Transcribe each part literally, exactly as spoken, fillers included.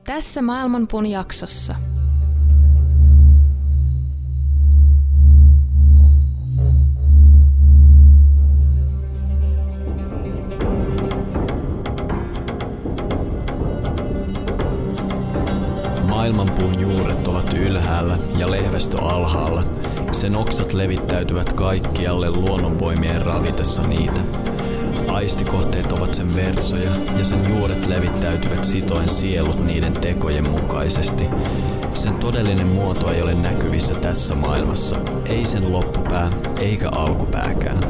Tässä Maailmanpuun jaksossa. Maailmanpuun juuret ovat ylhäällä ja lehvästö alhaalla. Sen oksat levittäytyvät kaikkialle luonnonvoimien ravitessa niitä. Aistikohteet ovat sen versoja ja sen juuret levittäytyvät sitoen sielut niiden tekojen mukaisesti. Sen todellinen muoto ei ole näkyvissä tässä maailmassa, ei sen loppupää eikä alkupääkään.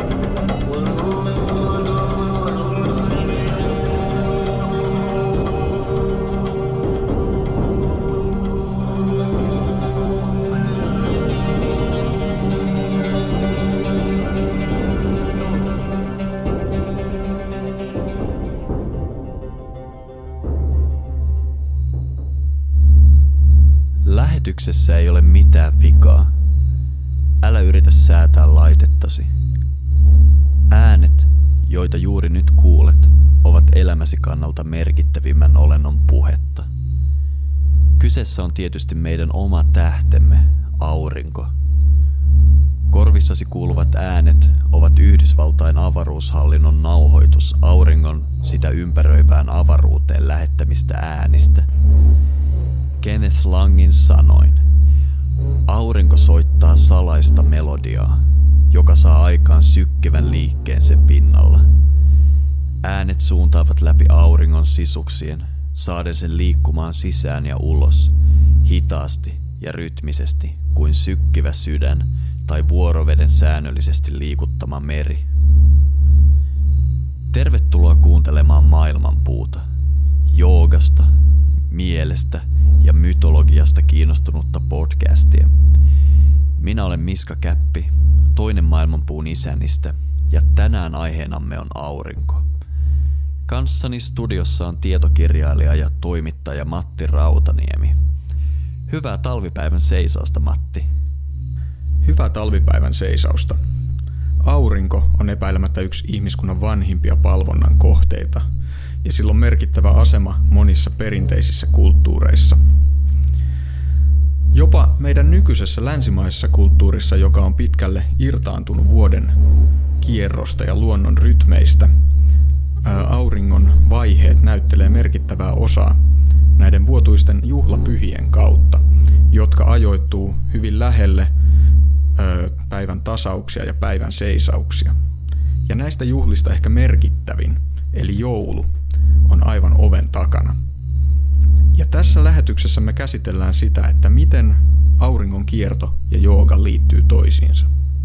Lähetyksessä ei ole mitään vikaa. Älä yritä säätää laitettasi. Äänet, joita juuri nyt kuulet, ovat elämäsi kannalta merkittävimmän olennon puhetta. Kyseessä on tietysti meidän oma tähtemme, aurinko. Korvissasi kuuluvat äänet ovat Yhdysvaltain avaruushallinnon nauhoitus auringon sitä ympäröivään avaruuteen lähettämistä äänistä. Kenneth Langin sanoin, aurinko soittaa salaista melodiaa, joka saa aikaan sykkivän liikkeen sen pinnalla. Äänet suuntaavat läpi auringon sisuksien, saaden sen liikkumaan sisään ja ulos, hitaasti ja rytmisesti kuin sykkivä sydän tai vuoroveden säännöllisesti liikuttama meri. Tervetuloa kuuntelemaan Maailmanpuuta, joogasta, mielestä ja mytologiasta kiinnostunutta podcastia. Minä olen Miska Käppi, toinen Maailmanpuun isännistä, ja tänään aiheenamme on aurinko. Kanssani studiossa on tietokirjailija ja toimittaja Matti Rautaniemi. Hyvää talvipäivän seisausta, Matti. Hyvää talvipäivän seisausta. Aurinko on epäilemättä yksi ihmiskunnan vanhimpia palvonnan kohteita, ja sillä on merkittävä asema monissa perinteisissä kulttuureissa. Jopa meidän nykyisessä länsimaisessa kulttuurissa, joka on pitkälle irtaantunut vuoden kierrosta ja luonnon rytmeistä, auringon vaiheet näyttelee merkittävää osaa näiden vuotuisten juhlapyhien kautta, jotka ajoittuu hyvin lähelle päivän tasauksia ja päivän seisauksia. Ja näistä juhlista ehkä merkittävin, eli joulu, on aivan oven takana. Ja tässä lähetyksessä me käsitellään sitä, että miten auringon kierto ja jooga liittyy toisiinsa.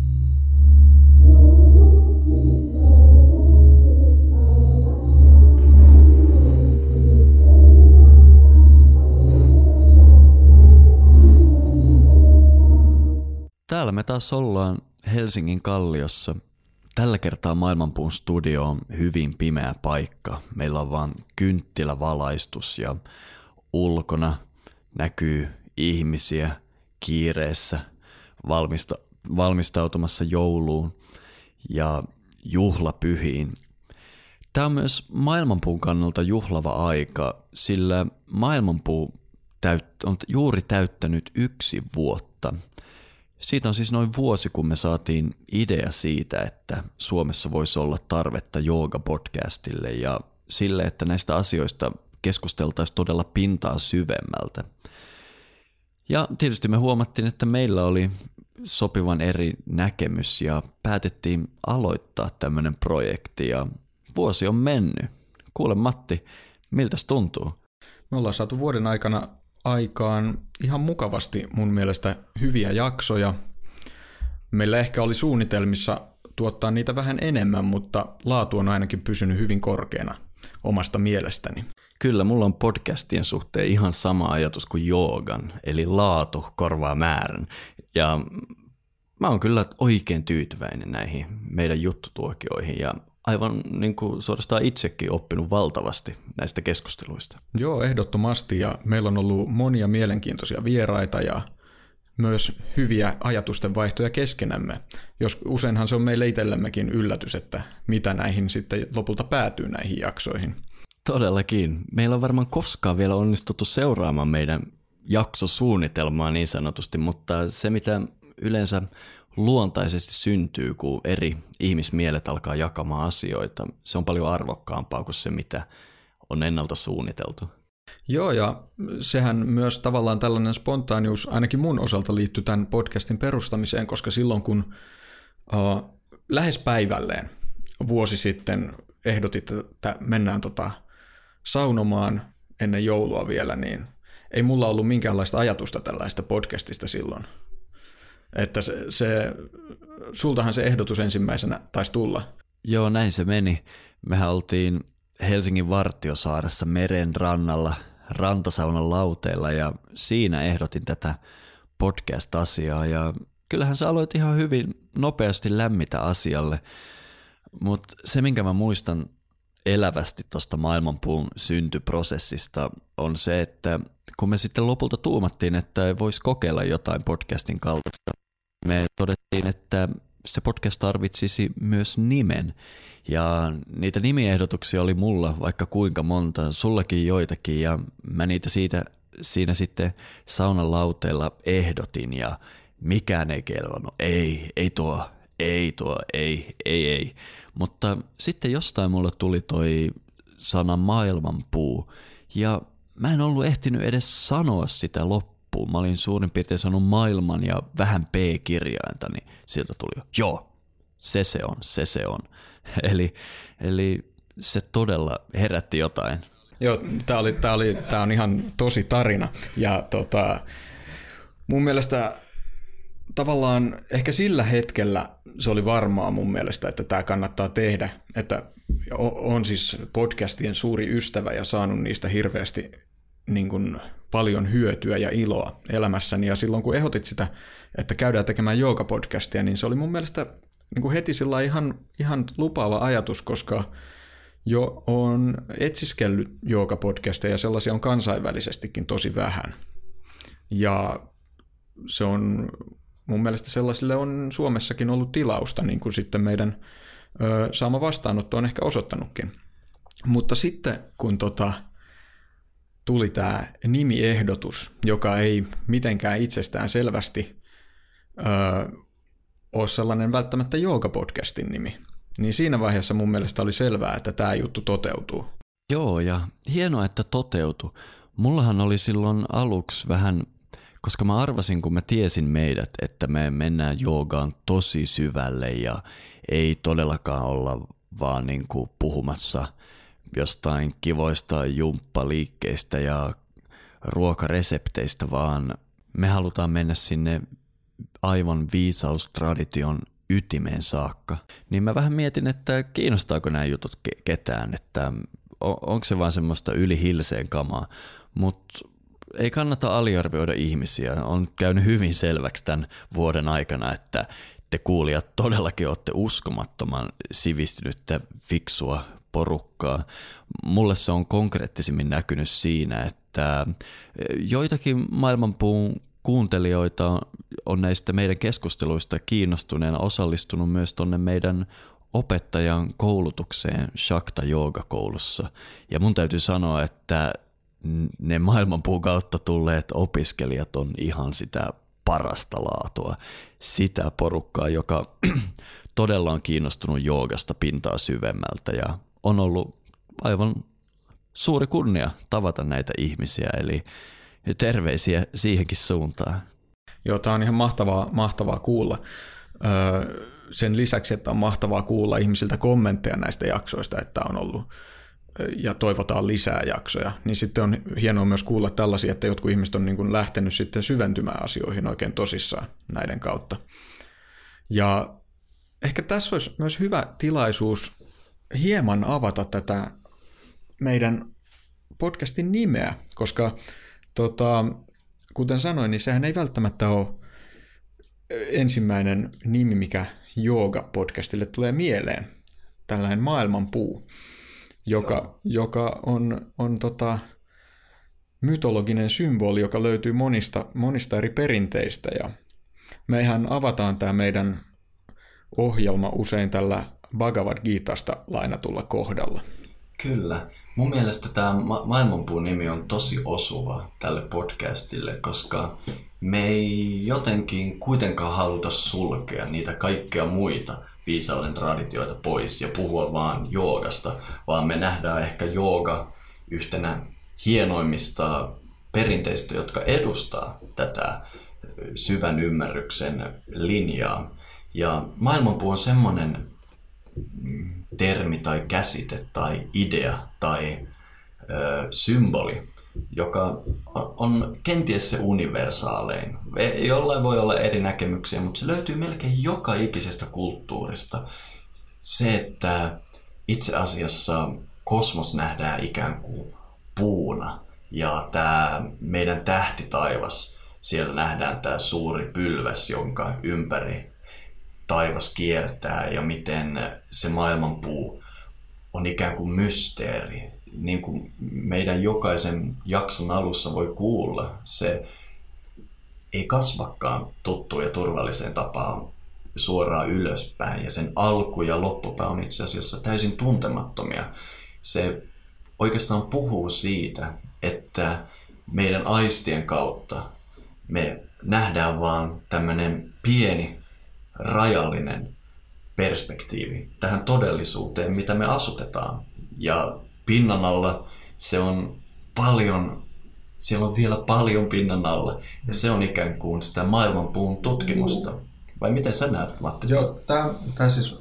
Täällä me taas ollaan Helsingin Kalliossa. Tällä kertaa Maailmanpuun studio on hyvin pimeä paikka. Meillä on vaan kynttilävalaistus ja ulkona näkyy ihmisiä kiireessä valmista, valmistautumassa jouluun ja juhlapyhiin. Tämä on myös Maailmanpuun kannalta juhlava aika, sillä Maailmanpuu täyt, on juuri täyttänyt yksi vuotta. Siitä on siis noin vuosi, kun me saatiin idea siitä, että Suomessa voisi olla tarvetta jooga-podcastille ja sille, että näistä asioista keskusteltaisiin todella pintaa syvemmältä. Ja tietysti me huomattiin, että meillä oli sopivan eri näkemys ja päätettiin aloittaa tämmöinen projekti ja vuosi on mennyt. Kuule Matti, miltäs tuntuu? Me ollaan saatu vuoden aikana aikaan ihan mukavasti mun mielestä hyviä jaksoja. Meillä ehkä oli suunnitelmissa tuottaa niitä vähän enemmän, mutta laatu on ainakin pysynyt hyvin korkeana omasta mielestäni. Kyllä, mulla on podcastien suhteen ihan sama ajatus kuin joogan, eli laatu korvaa määrän. Ja mä oon kyllä oikein tyytyväinen näihin meidän juttutuokioihin ja aivan niin kuin suorastaan itsekin oppinut valtavasti näistä keskusteluista. Joo, ehdottomasti, ja meillä on ollut monia mielenkiintoisia vieraita ja myös hyviä ajatusten vaihtoja keskenämme. Jos useinhan se on meille itsellemmekin yllätys, että mitä näihin sitten lopulta päätyy näihin jaksoihin. Todellakin. Meillä on varmaan koskaan vielä onnistuttu seuraamaan meidän jaksosuunnitelmaa niin sanotusti, mutta se mitä yleensä luontaisesti syntyy, kun eri ihmismielet alkaa jakamaan asioita, se on paljon arvokkaampaa kuin se, mitä on ennalta suunniteltu. Joo, ja sehän myös tavallaan tällainen spontaanius ainakin mun osalta liittyy tämän podcastin perustamiseen, koska silloin kun uh, lähes päivälleen vuosi sitten ehdotit, että mennään tota saunomaan ennen joulua vielä, niin ei mulla ollut minkäänlaista ajatusta tällaista podcastista silloin. Että se, se, sultahan se ehdotus ensimmäisenä taisi tulla. Joo, näin se meni. Mehän oltiin Helsingin Vartiosaaressa meren rannalla, rantasaunan lauteilla ja siinä ehdotin tätä podcast-asiaa ja kyllähän sä aloit ihan hyvin nopeasti lämmitä asialle, mutta se minkä mä muistan elävästi tuosta maailmanpuun syntyprosessista on se, että kun me sitten lopulta tuumattiin, että voisi kokeilla jotain podcastin kaltaista, me todettiin, että se podcast tarvitsisi myös nimen ja niitä nimiehdotuksia oli mulla vaikka kuinka monta, sullakin joitakin ja mä niitä siitä siinä sitten saunan lauteella ehdotin ja mikään ei kelvannut, ei, ei tuo, ei tuo, ei, ei, ei. Mutta sitten jostain mulle tuli toi sana maailmanpuu ja mä en ollut ehtinyt edes sanoa sitä loppuun. Mä olin suurin piirtein sanonut maailman ja vähän P-kirjainta, niin sieltä tuli jo, joo, se se on, se se on. Eli, eli se todella herätti jotain. Joo, tää, oli, tää, oli, tää on ihan tosi tarina ja tota, mun mielestä tavallaan ehkä sillä hetkellä se oli varmaa mun mielestä, että tämä kannattaa tehdä, että on siis podcastien suuri ystävä ja saanut niistä hirveästi niin kuin paljon hyötyä ja iloa elämässäni ja silloin kun ehdotit sitä, että käydään tekemään joogapodcastia, niin se oli mun mielestä niin kuin heti sillä ihan, ihan lupaava ajatus, koska jo on etsiskellyt joogapodcasteja ja sellaisia on kansainvälisestikin tosi vähän ja se on mun mielestä sellaisille on Suomessakin ollut tilausta, niin kuin sitten meidän ö, saama vastaanotto on ehkä osoittanutkin. Mutta sitten kun tota, tuli tämä nimiehdotus, joka ei mitenkään itsestään selvästi ö, ole sellainen välttämättä joogapodcastin nimi, niin siinä vaiheessa mun mielestä oli selvää, että tämä juttu toteutuu. Joo, ja hienoa, että toteutui. Mullahan oli silloin aluksi vähän... Koska mä arvasin, kun mä tiesin meidät, että me mennään joogaan tosi syvälle ja ei todellakaan olla vaan niin kuin puhumassa jostain kivoista jumppaliikkeistä ja ruokaresepteistä, vaan me halutaan mennä sinne aivan viisaustradition ytimeen saakka. Niin mä vähän mietin, että kiinnostaako nämä jutut ketään, että onko se vaan semmoista yli hilseen kamaa, mutta... Ei kannata aliarvioida ihmisiä. On käynyt hyvin selväksi tämän vuoden aikana, että te kuulijat todellakin olette uskomattoman sivistynyttä, fiksua porukkaa. Mulle se on konkreettisimmin näkynyt siinä, että joitakin maailmanpuun kuuntelijoita on näistä meidän keskusteluista kiinnostuneena osallistunut myös tonne meidän opettajan koulutukseen Shakta Joogakoulussa. Ja mun täytyy sanoa, että ne maailmanpuun kautta tulleet opiskelijat on ihan sitä parasta laatua, sitä porukkaa, joka todella on kiinnostunut joogasta pintaa syvemmältä ja on ollut aivan suuri kunnia tavata näitä ihmisiä, eli terveisiä siihenkin suuntaan. Joo, tämä on ihan mahtavaa, mahtavaa kuulla. Öö, sen lisäksi, että on mahtavaa kuulla ihmisiltä kommentteja näistä jaksoista, että on ollut ja toivotaan lisää jaksoja, niin sitten on hienoa myös kuulla tällaisia, että jotkut ihmiset on niin kuin lähtenyt sitten syventymään asioihin oikein tosissaan näiden kautta. Ja ehkä tässä olisi myös hyvä tilaisuus hieman avata tätä meidän podcastin nimeä, koska tota, kuten sanoin, niin sehän ei välttämättä ole ensimmäinen nimi, mikä jooga-podcastille tulee mieleen, tällainen maailmanpuu. Joka, joka on, on tota, mytologinen symboli, joka löytyy monista, monista eri perinteistä. Ja mehän avataan tämä meidän ohjelma usein tällä Bhagavad Gitasta lainatulla kohdalla. Kyllä. Mun mielestä tämä ma- maailmanpuun nimi on tosi osuva tälle podcastille, koska me ei jotenkin kuitenkaan haluta sulkea niitä kaikkia muita viisauden traditioita pois ja puhua vaan joogasta, vaan me nähdään ehkä jooga yhtenä hienoimmista perinteistä, jotka edustaa tätä syvän ymmärryksen linjaa. Ja maailmanpuu on semmoinen termi tai käsite tai idea tai ö, symboli, joka on kenties se universaalein. Jollain voi olla eri näkemyksiä, mutta se löytyy melkein joka ikisestä kulttuurista. Se, että itse asiassa kosmos nähdään ikään kuin puuna ja tämä meidän tähtitaivas, siellä nähdään tämä suuri pylväs, jonka ympäri taivas kiertää ja miten se maailmanpuu on ikään kuin mysteeri. Niin kuin meidän jokaisen jakson alussa voi kuulla, se ei kasvakaan tuttuun ja turvalliseen tapaan suoraan ylöspäin ja sen alku ja loppupää on itse asiassa täysin tuntemattomia. Se oikeastaan puhuu siitä, että meidän aistien kautta me nähdään vaan tämmöinen pieni, rajallinen perspektiivi tähän todellisuuteen, mitä me asutetaan. Ja pinnan alla se on paljon, siellä on vielä paljon pinnan alla. Ja se on ikään kuin sitä maailmanpuun tutkimusta. Vai miten sä näet, Matti? Joo, tämä siis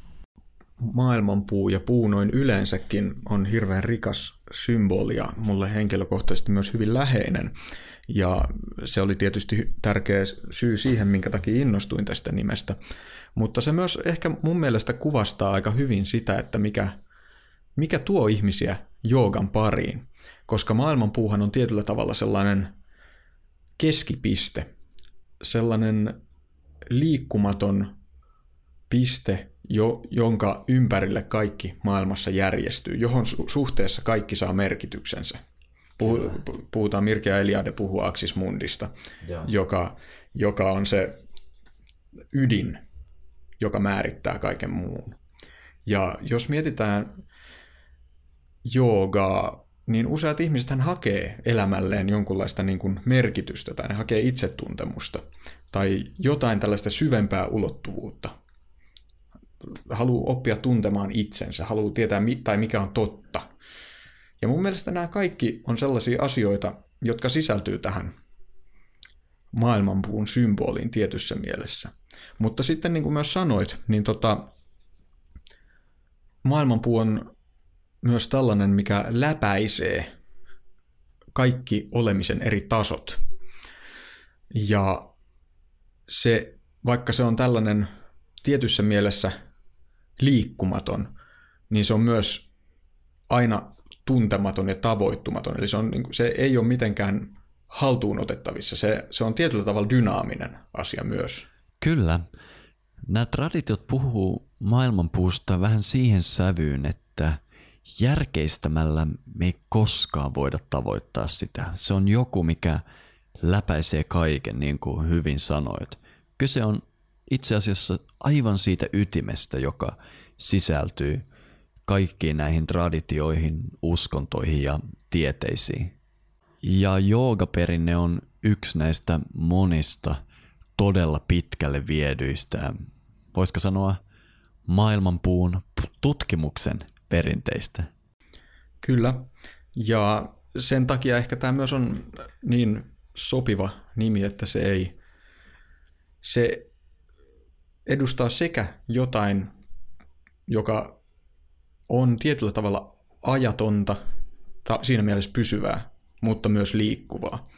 maailmanpuu ja puu noin yleensäkin on hirveän rikas symboli ja mulle henkilökohtaisesti myös hyvin läheinen. Ja se oli tietysti tärkeä syy siihen, minkä takia innostuin tästä nimestä. Mutta se myös ehkä mun mielestä kuvastaa aika hyvin sitä, että mikä, mikä tuo ihmisiä joogan pariin. Koska maailmanpuuhan on tietyllä tavalla sellainen keskipiste, sellainen liikkumaton piste, jo, jonka ympärille kaikki maailmassa järjestyy, johon su- suhteessa kaikki saa merkityksensä. Puhutaan Mircea Eliade puhuu Axis Mundista, joka, joka on se ydin, joka määrittää kaiken muun. Ja jos mietitään joogaa, niin useat ihmiset hakee elämälleen jonkunlaista niin kuin merkitystä tai ne hakee itsetuntemusta tai jotain tällaista syvempää ulottuvuutta. Haluaa oppia tuntemaan itsensä, haluaa tietää tai mikä on totta. Ja mun mielestä nämä kaikki on sellaisia asioita, jotka sisältyy tähän maailmanpuun symboliin tietyssä mielessä. Mutta sitten niin kuin myös sanoit, niin tota, maailmanpuu on myös tällainen, mikä läpäisee kaikki olemisen eri tasot. Ja se, vaikka se on tällainen tietyssä mielessä liikkumaton, niin se on myös aina tuntematon ja tavoittumaton. Eli se, on, se ei ole mitenkään haltuun otettavissa. Se, se on tietyllä tavalla dynaaminen asia myös. Kyllä. Nämä traditiot puhuu maailmanpuusta vähän siihen sävyyn, että järkeistämällä me ei koskaan voida tavoittaa sitä. Se on joku, mikä läpäisee kaiken, niin kuin hyvin sanoit. Kyse on itse asiassa aivan siitä ytimestä, joka sisältyy kaikkiin näihin traditioihin, uskontoihin ja tieteisiin. Ja joogaperinne on yksi näistä monista todella pitkälle viedyistä, voisiko sanoa maailmanpuun tutkimuksen perinteistä. Kyllä, ja sen takia ehkä tämä myös on niin sopiva nimi, että se ei, se edustaa sekä jotain, joka on tietyllä tavalla ajatonta, siinä mielessä pysyvää, mutta myös liikkuvaa.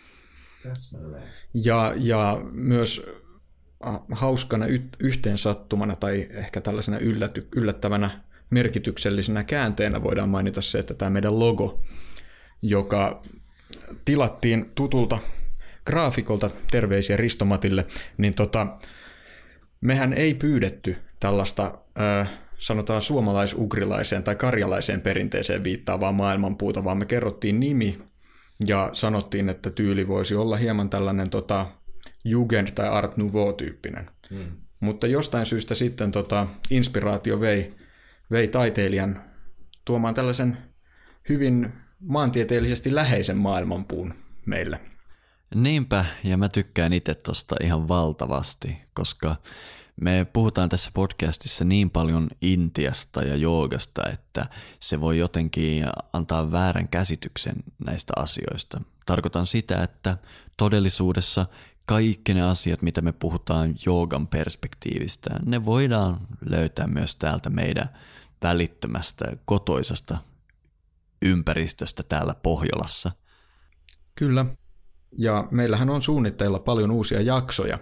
Ja, ja myös hauskana yhteensattumana tai ehkä tällaisena ylläty, yllättävänä merkityksellisenä käänteenä voidaan mainita se, että tämä meidän logo, joka tilattiin tutulta graafikolta, terveisiä Risto Matille, niin tota, mehän ei pyydetty tällaista äh, sanotaan suomalais-ugrilaiseen tai karjalaiseen perinteeseen viittaavaa maailmanpuuta, vaan me kerrottiin nimi ja sanottiin, että tyyli voisi olla hieman tällainen tota, Jugend- tai Art Nouveau-tyyppinen. Hmm. Mutta jostain syystä sitten tota, inspiraatio vei, vei taiteilijan tuomaan tällaisen hyvin maantieteellisesti läheisen maailmanpuun meille. Niinpä, ja mä tykkään itse tosta ihan valtavasti, koska me puhutaan tässä podcastissa niin paljon Intiasta ja joogasta, että se voi jotenkin antaa väärän käsityksen näistä asioista. Tarkoitan sitä, että todellisuudessa kaikki ne asiat, mitä me puhutaan joogan perspektiivistä, ne voidaan löytää myös täältä meidän välittömästä kotoisasta ympäristöstä täällä Pohjolassa. Kyllä, ja meillähän on suunnitteilla paljon uusia jaksoja,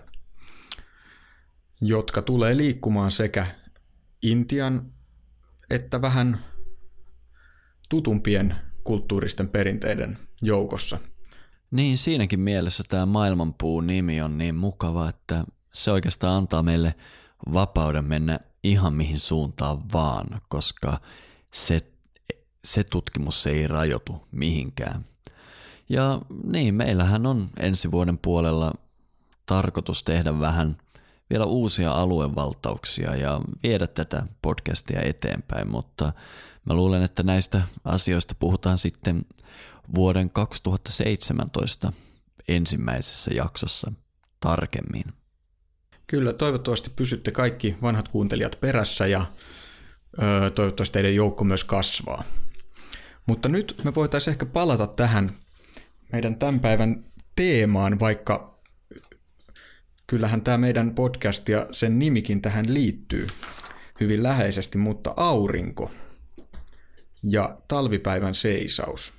jotka tulee liikkumaan sekä Intian että vähän tutumpien kulttuuristen perinteiden joukossa. Niin, siinäkin mielessä tämä maailmanpuun nimi on niin mukava, että se oikeastaan antaa meille vapauden mennä ihan mihin suuntaan vaan, koska se, se tutkimus ei rajoitu mihinkään. Ja niin, meillähän on ensi vuoden puolella tarkoitus tehdä vähän vielä uusia aluevaltauksia ja viedä tätä podcastia eteenpäin, mutta mä luulen, että näistä asioista puhutaan sitten vuoden kaksituhattaseitsemäntoista ensimmäisessä jaksossa tarkemmin. Kyllä, toivottavasti pysytte kaikki vanhat kuuntelijat perässä ja ö, toivottavasti teidän joukko myös kasvaa. Mutta nyt me voitaisiin ehkä palata tähän meidän tämän päivän teemaan, vaikka kyllähän tämä meidän podcast ja sen nimikin tähän liittyy hyvin läheisesti, mutta aurinko ja talvipäivän seisaus.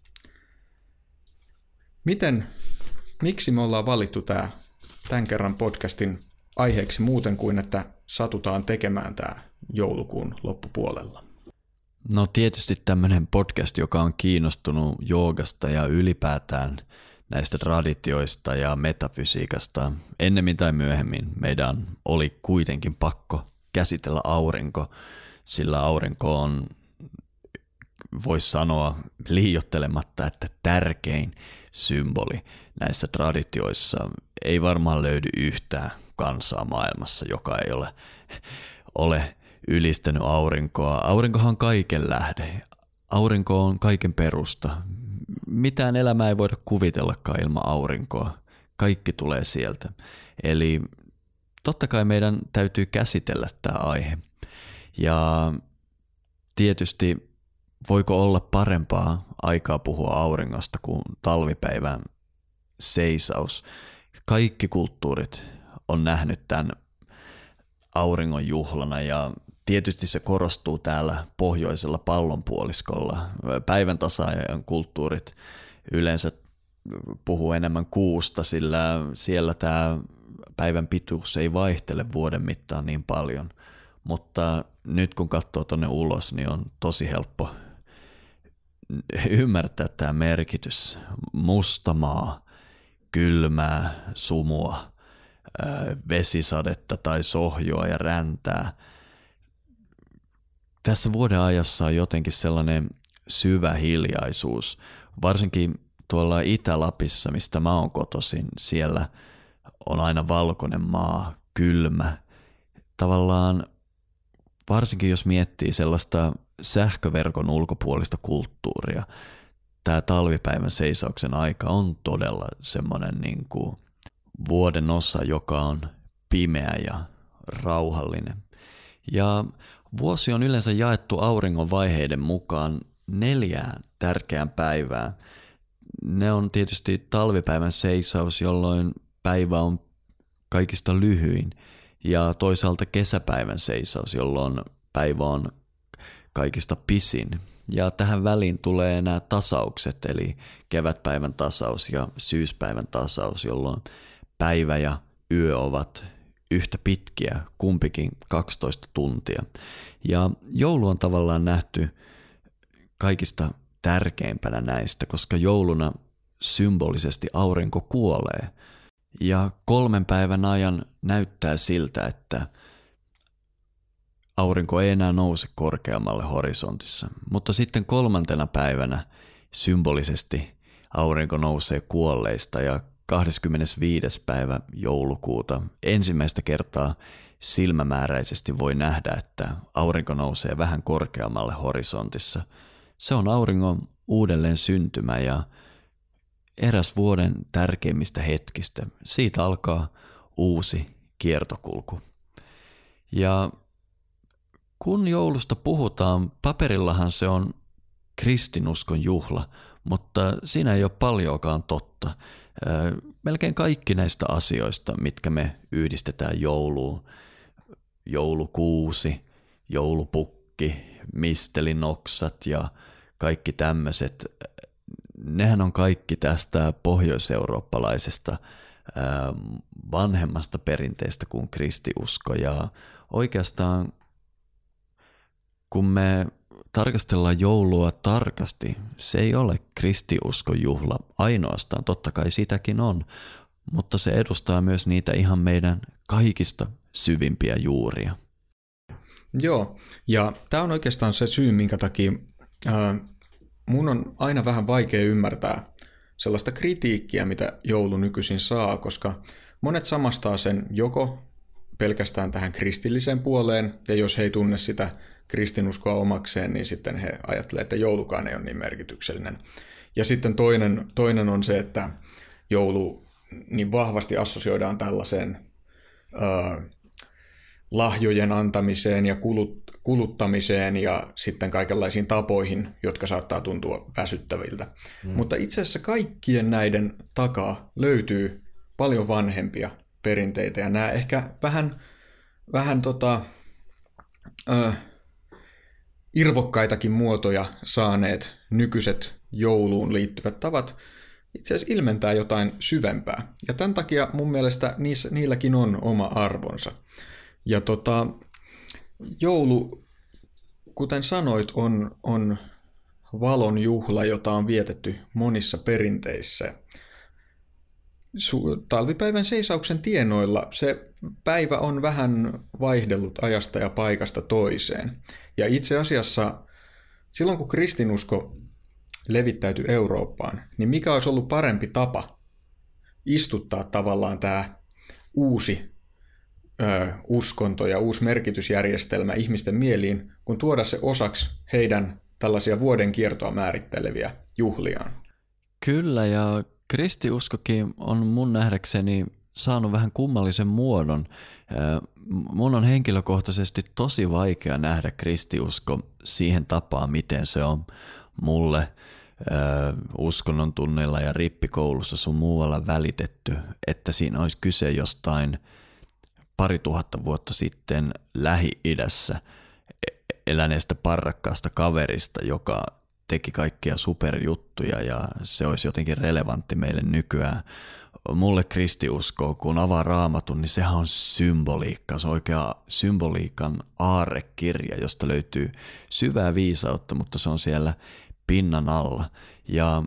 Miten, miksi me ollaan valittu tämä tämän kerran podcastin aiheeksi muuten kuin, että satutaan tekemään tämä joulukuun loppupuolella? No tietysti tämmöinen podcast, joka on kiinnostunut joogasta ja ylipäätään näistä traditioista ja metafysiikasta. Ennemmin tai myöhemmin meidän oli kuitenkin pakko käsitellä aurinko, sillä aurinko on, voisi sanoa liioittelematta, että tärkein symboli näissä traditioissa. Ei varmaan löydy yhtään kansaa maailmassa, joka ei ole, ole ylistänyt aurinkoa. Aurinkohan on kaiken lähde. Aurinko on kaiken perusta. Mitään elämää ei voida kuvitellakaan ilman aurinkoa. Kaikki tulee sieltä. Eli totta kai meidän täytyy käsitellä tämä aihe. Ja tietysti voiko olla parempaa aikaa puhua auringosta kuin talvipäivän seisaus. Kaikki kulttuurit on nähnyt tämän auringon juhlana ja tietysti se korostuu täällä pohjoisella pallonpuoliskolla. Päivän tasaajan kulttuurit yleensä puhuu enemmän kuusta, sillä siellä tämä päivän pituus ei vaihtele vuoden mittaan niin paljon. Mutta nyt kun katsoo tuonne ulos, niin on tosi helppo ymmärtää tämä merkitys. Musta maa, kylmää, sumua, vesisadetta tai sohjoa ja räntää. Tässä vuoden ajassa on jotenkin sellainen syvä hiljaisuus, varsinkin tuolla Itä-Lapissa, mistä mä oon kotoisin, siellä on aina valkoinen maa, kylmä. Tavallaan varsinkin jos miettii sellaista sähköverkon ulkopuolista kulttuuria, tämä talvipäivän seisauksen aika on todella semmoinen niin kuin vuoden osa, joka on pimeä ja rauhallinen. Ja vuosi on yleensä jaettu auringon vaiheiden mukaan neljään tärkeään päivään. Ne on tietysti talvipäivän seisaus, jolloin päivä on kaikista lyhyin, ja toisaalta kesäpäivän seisaus, jolloin päivä on kaikista pisin. Ja tähän väliin tulee nämä tasaukset, eli kevätpäivän tasaus ja syyspäivän tasaus, jolloin päivä ja yö ovat yhtä pitkiä, kumpikin kaksitoista tuntia. Ja joulu on tavallaan nähty kaikista tärkeimpänä näistä, koska jouluna symbolisesti aurinko kuolee. Ja kolmen päivän ajan näyttää siltä, että aurinko ei enää nouse korkeammalle horisontissa. Mutta sitten kolmantena päivänä symbolisesti aurinko nousee kuolleista ja kahdeskymmenesviides päivä joulukuuta ensimmäistä kertaa silmämääräisesti voi nähdä, että aurinko nousee vähän korkeammalle horisontissa. Se on auringon uudelleen syntymä ja eräs vuoden tärkeimmistä hetkistä. Siitä alkaa uusi kiertokulku. Ja kun joulusta puhutaan, paperillahan se on kristinuskon juhla, mutta siinä ei ole paljoakaan totta. Melkein kaikki näistä asioista, mitkä me yhdistetään jouluun, joulukuusi, joulupukki, mistelinoksat ja kaikki tämmöiset, nehän on kaikki tästä pohjoiseurooppalaisesta vanhemmasta perinteestä kuin kristiusko. Ja oikeastaan kun me tarkastellaan joulua tarkasti, se ei ole kristiuskon juhla ainoastaan, totta kai sitäkin on, mutta se edustaa myös niitä ihan meidän kaikista syvimpiä juuria. Joo, ja tämä on oikeastaan se syy, minkä takia ää, mun on aina vähän vaikea ymmärtää sellaista kritiikkiä, mitä joulu nykyisin saa, koska monet samastaa sen joko pelkästään tähän kristilliseen puoleen, ja jos he ei tunne sitä kristinuskoa omakseen, niin sitten he ajattelee, että joulukaan ei ole niin merkityksellinen. Ja sitten toinen, toinen on se, että joulu niin vahvasti assosioidaan tällaiseen ö, lahjojen antamiseen ja kulut, kuluttamiseen ja sitten kaikenlaisiin tapoihin, jotka saattaa tuntua väsyttäviltä. Mm. Mutta itse asiassa kaikkien näiden takaa löytyy paljon vanhempia perinteitä, ja nämä ehkä vähän, vähän tota, ö, irvokkaitakin muotoja saaneet nykyiset jouluun liittyvät tavat itse asiassa ilmentää jotain syvempää. Ja tämän takia mun mielestä niissä, niilläkin on oma arvonsa. Ja tota, joulu, kuten sanoit, on, on valon juhla, jota on vietetty monissa perinteissä. Su- talvipäivän seisauksen tienoilla se päivä on vähän vaihdellut ajasta ja paikasta toiseen. Ja itse asiassa silloin, kun kristinusko levittäytyi Eurooppaan, niin mikä olisi ollut parempi tapa istuttaa tavallaan tämä uusi ö, uskonto ja uusi merkitysjärjestelmä ihmisten mieliin, kun tuoda se osaksi heidän tällaisia vuoden kiertoa määritteleviä juhliaan. Kyllä, ja kristiuskokin on mun nähdäkseni saanut vähän kummallisen muodon. Mun on henkilökohtaisesti tosi vaikea nähdä kristiusko siihen tapaan, miten se on mulle uskonnon tunneilla ja rippikoulussa sun muualla välitetty, että siinä olisi kyse jostain pari tuhatta vuotta sitten Lähi-idässä eläneestä parrakkaasta kaverista, joka teki kaikkia superjuttuja ja se olisi jotenkin relevantti meille nykyään. Mulle kristiusko, kun avaa Raamatun, niin sehän on symboliikka. Se on oikea symboliikan aarrekirja, josta löytyy syvää viisautta, mutta se on siellä pinnan alla. Ja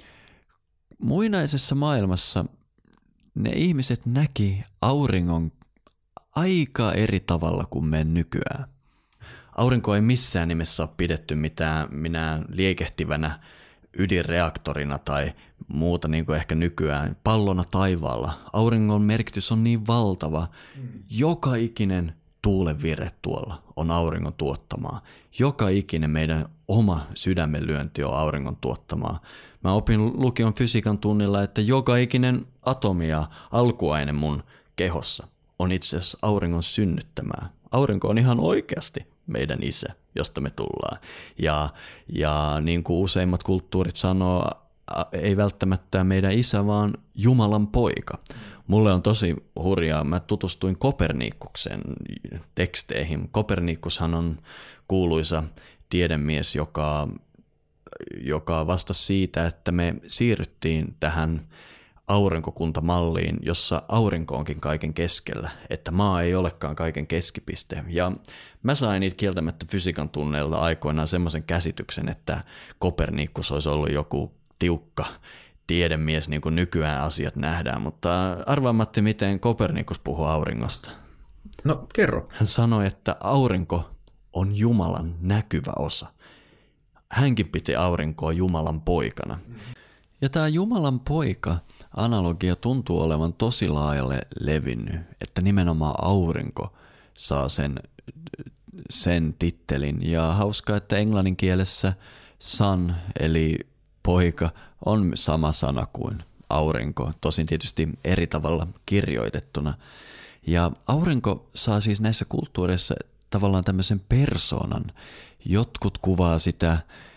muinaisessa maailmassa ne ihmiset näki auringon aika eri tavalla kuin me nykyään. Aurinko ei missään nimessä ole pidetty mitään minään liekehtivänä ydinreaktorina tai muuta niin kuin ehkä nykyään pallona taivaalla. Auringon merkitys on niin valtava. Joka ikinen tuulenvire tuolla on auringon tuottamaa. Joka ikinen meidän oma sydämenlyönti on auringon tuottamaa. Mä opin lukion fysiikan tunnilla, että joka ikinen atomi ja alkuaine mun kehossa on itse asiassa auringon synnyttämää. Aurinko on ihan oikeasti meidän isä, josta me tullaan. Ja, ja niin kuin useimmat kulttuurit sanoo, ei välttämättä meidän isä, vaan Jumalan poika. Mulle on tosi hurjaa. Mä tutustuin Kopernikuksen teksteihin. Kopernikushan on kuuluisa tiedemies, joka, joka vastasi siitä, että me siirryttiin tähän aurinkokuntamalliin, jossa aurinko onkin kaiken keskellä, että maa ei olekaan kaiken keskipiste. Ja mä sain niitä kieltämättä fysiikan tunneilta aikoinaan semmoisen käsityksen, että Kopernikus olisi ollut joku tiukka tiedemies, niin kuin nykyään asiat nähdään, mutta arvaamatta miten Kopernikus puhuu auringosta. No, kerro. Hän sanoi, että aurinko on Jumalan näkyvä osa. Hänkin piti aurinkoa Jumalan poikana. Ja tämä Jumalan poika analogia tuntuu olevan tosi laajalle levinnyt, että nimenomaan aurinko saa sen, sen tittelin. Ja hauskaa, että englannin kielessä sun eli poika on sama sana kuin aurinko, tosin tietysti eri tavalla kirjoitettuna. Ja aurinko saa siis näissä kulttuureissa tavallaan tämmöisen persoonan. Jotkut kuvaa sitä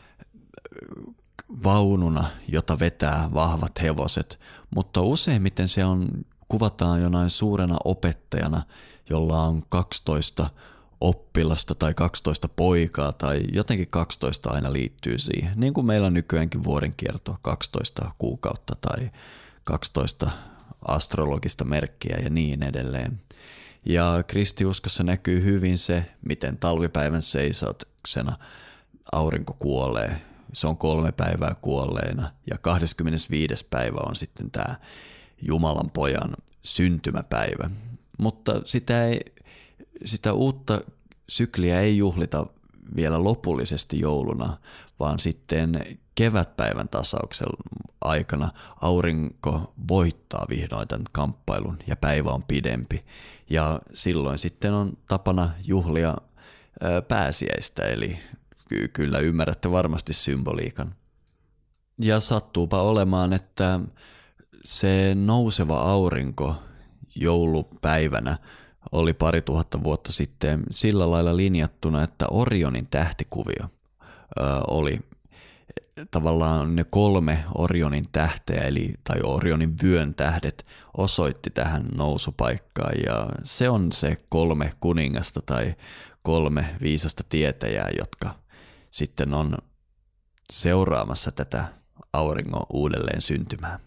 vaununa, jota vetää vahvat hevoset, mutta useimmiten se on, kuvataan jonain suurena opettajana, jolla on kaksitoista oppilasta tai kaksitoista poikaa tai jotenkin kaksitoista aina liittyy siihen. Niin kuin meillä on nykyäänkin vuodenkierto, kaksitoista kuukautta tai kaksitoista astrologista merkkiä ja niin edelleen. Ja kristiuskossa näkyy hyvin se, miten talvipäivän seisauksena aurinko kuolee. Se on kolme päivää kuolleena ja kahdeskymmenesviides päivä on sitten tämä Jumalan pojan syntymäpäivä. Mutta sitä, ei, sitä uutta sykliä ei juhlita vielä lopullisesti jouluna, vaan sitten kevätpäivän tasauksen aikana aurinko voittaa vihdoin tämän kamppailun ja päivä on pidempi. Ja silloin sitten on tapana juhlia pääsiäistä, eli ky- kyllä ymmärrätte varmasti symboliikan. Ja sattuupa olemaan, että se nouseva aurinko joulupäivänä oli pari tuhatta vuotta sitten sillä lailla linjattuna, että Orionin tähtikuvio ö, oli tavallaan ne kolme Orionin tähteä, eli, tai Orionin vyön tähdet osoitti tähän nousupaikkaan, ja se on se kolme kuningasta tai kolme viisasta tietäjää, jotka sitten on seuraamassa tätä auringon uudelleen syntymää.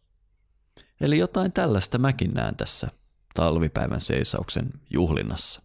Eli jotain tällaista mäkin näen tässä talvipäivän seisauksen juhlinnassa.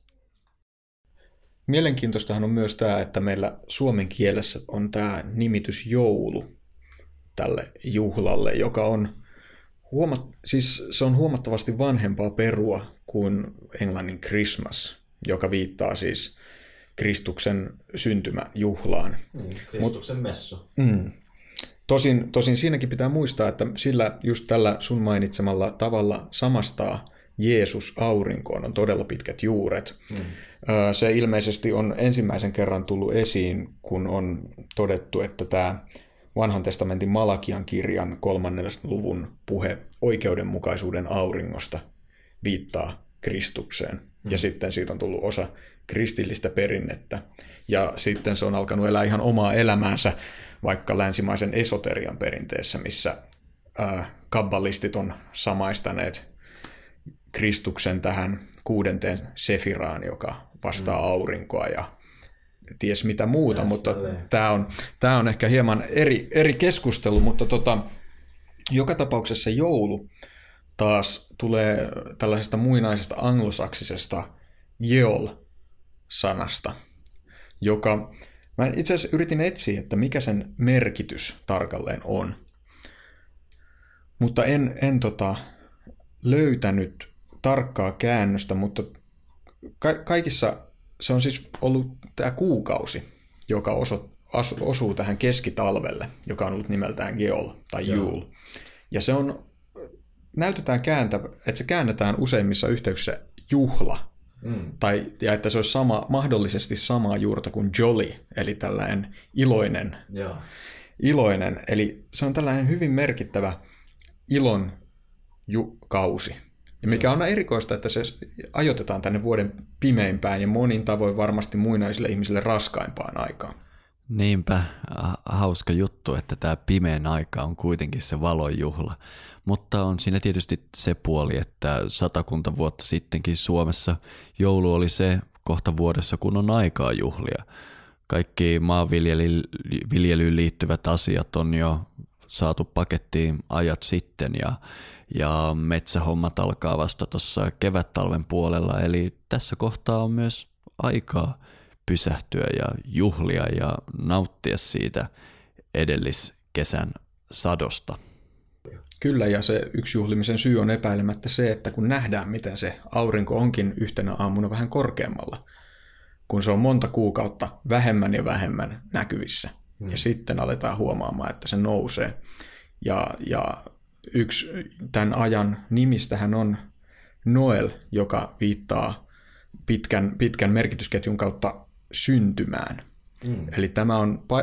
Mielenkiintoistahan on myös tämä, että meillä suomen kielessä on tämä nimitys joulu tälle juhlalle, joka on, huomat- siis se on huomattavasti vanhempaa perua kuin englannin Christmas, joka viittaa siis Kristuksen syntymäjuhlaan. Mm, Kristuksen Mut, messu. Mm. Tosin, tosin siinäkin pitää muistaa, että sillä just tällä sun mainitsemalla tavalla samastaa Jeesus aurinkoon on todella pitkät juuret. Mm. Se ilmeisesti on ensimmäisen kerran tullut esiin, kun on todettu, että tämä vanhan testamentin Malakian kirjan kolmannen luvun puhe oikeudenmukaisuuden auringosta viittaa Kristukseen. Mm. Ja sitten siitä on tullut osa kristillistä perinnettä. Ja sitten se on alkanut elää ihan omaa elämäänsä, vaikka länsimaisen esoterian perinteessä, missä äh, kabbalistit on samaistaneet Kristuksen tähän kuudenteen sefiraan, joka vastaa aurinkoa ja ties mitä muuta, yes, mutta tämä on, tämä on ehkä hieman eri, eri keskustelu, mutta tota, joka tapauksessa joulu taas tulee tällaisesta muinaisesta anglosaksisesta Yeol-sanasta, joka, mä itse asiassa yritin etsiä, että mikä sen merkitys tarkalleen on, mutta en, en tota, löytänyt tarkkaa käännöstä, mutta ka- kaikissa se on siis ollut tämä kuukausi, joka oso, as, osuu tähän keskitalvelle, joka on ollut nimeltään Geol tai Jul. Ja se on, näytetään kääntä, että se käännetään useimmissa yhteyksissä juhla, mm. tai, ja että se olisi sama, mahdollisesti samaa juurta kuin jolly, eli tällainen iloinen, yeah. iloinen. Eli se on tällainen hyvin merkittävä ilon ju- kausi. Ja mikä on erikoista, että se ajoitetaan tänne vuoden pimeimpään ja monin tavoin varmasti muinaisille ihmisille raskaimpaan aikaan. Niinpä, hauska juttu, että tämä pimeän aika on kuitenkin se valonjuhla. Mutta on siinä tietysti se puoli, että satakunta vuotta sittenkin Suomessa joulu oli se kohta vuodessa, kun on aikaa juhlia. Kaikki maanviljelyyn liittyvät asiat on jo saatu pakettiin ajat sitten ja, ja metsähommat alkaa vasta tuossa kevättalven puolella. Eli tässä kohtaa on myös aikaa pysähtyä ja juhlia ja nauttia siitä edelliskesän sadosta. Kyllä, ja se yksi juhlimisen syy on epäilemättä se, että kun nähdään, miten se aurinko onkin yhtenä aamuna vähän korkeammalla, kun se on monta kuukautta vähemmän ja vähemmän näkyvissä. Hmm. Ja sitten aletaan huomaamaan, että se nousee. Ja, ja yksi tämän ajan nimistähän on Noel, joka viittaa pitkän, pitkän merkitysketjun kautta syntymään. Hmm. Eli tämä on pa-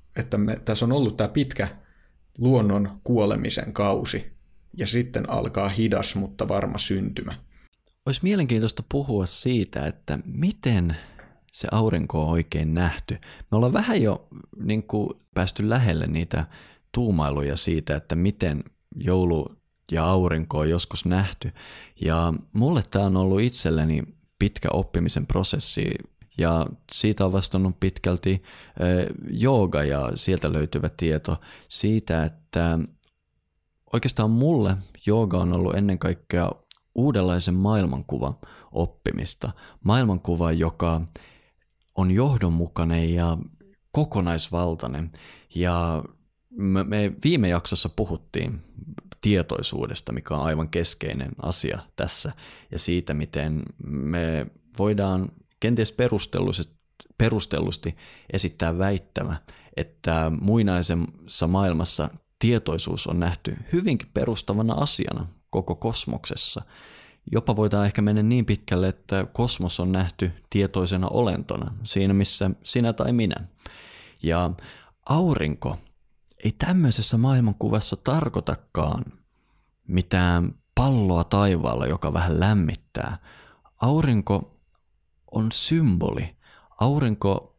että me, tässä on ollut tämä pitkä luonnon kuolemisen kausi, ja sitten alkaa hidas, mutta varma syntymä. Olisi mielenkiintoista puhua siitä, että miten se aurinko on oikein nähty. Me ollaan vähän jo niin kuin, päästy lähelle niitä tuumailuja siitä, että miten joulu ja aurinko on joskus nähty. Ja mulle tämä on ollut itselleni pitkä oppimisen prosessi, ja siitä on vastannut pitkälti äh, jooga ja sieltä löytyvä tieto siitä, että oikeastaan mulle jooga on ollut ennen kaikkea uudenlaisen maailmankuvan oppimista. Maailmankuva, joka on johdonmukainen ja kokonaisvaltainen. Ja me, me viime jaksossa puhuttiin tietoisuudesta, mikä on aivan keskeinen asia tässä, ja siitä, miten me voidaan kenties perustellusti, perustellusti esittää väittämä, että muinaisessa maailmassa tietoisuus on nähty hyvinkin perustavana asiana koko kosmoksessa. Jopa voidaan ehkä mennä niin pitkälle, että kosmos on nähty tietoisena olentona, siinä missä sinä tai minä. Ja aurinko ei tämmöisessä maailmankuvassa tarkoitakaan mitään palloa taivaalla, joka vähän lämmittää. Aurinko on symboli. Aurinko,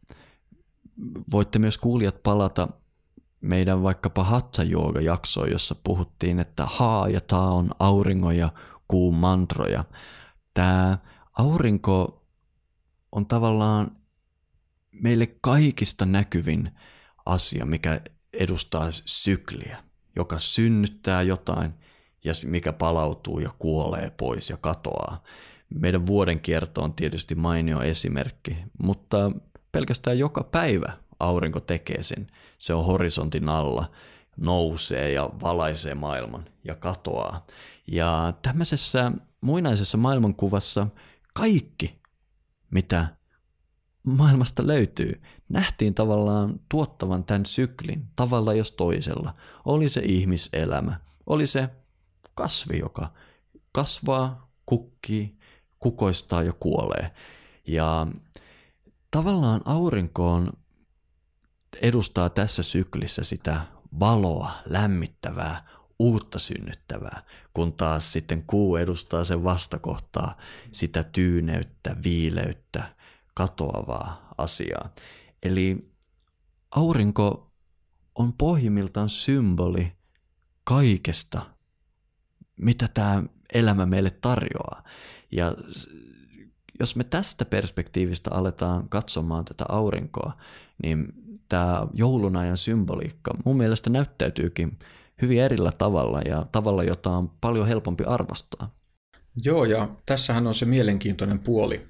voitte myös kuulijat palata meidän vaikkapa hatha-jooga-jaksoon, jossa puhuttiin, että haa ja taa on auringon ja kuun mantroja. Tämä aurinko on tavallaan meille kaikista näkyvin asia, mikä edustaa sykliä, joka synnyttää jotain ja mikä palautuu ja kuolee pois ja katoaa. Meidän vuodenkierto on tietysti mainio esimerkki, mutta pelkästään joka päivä aurinko tekee sen. Se on horisontin alla, nousee ja valaisee maailman ja katoaa. Ja tämmöisessä muinaisessa maailmankuvassa kaikki, mitä maailmasta löytyy, nähtiin tavallaan tuottavan tämän syklin tavalla jos toisella. Oli se ihmiselämä, oli se kasvi, joka kasvaa, kukkii, kukoistaa ja kuolee. Ja tavallaan aurinkoon edustaa tässä syklissä sitä valoa, lämmittävää, uutta synnyttävää, kun taas sitten kuu edustaa sen vastakohtaa, sitä tyyneyttä, viileyttä, katoavaa asiaa. Eli aurinko on pohjimmiltaan symboli kaikesta, mitä tämä elämä meille tarjoaa. Ja jos me tästä perspektiivistä aletaan katsomaan tätä aurinkoa, niin tämä joulun ajan symboliikka mun mielestä näyttäytyykin hyvin erillä tavalla ja tavalla, jota on paljon helpompi arvostaa. Joo, ja tässähän on se mielenkiintoinen puoli,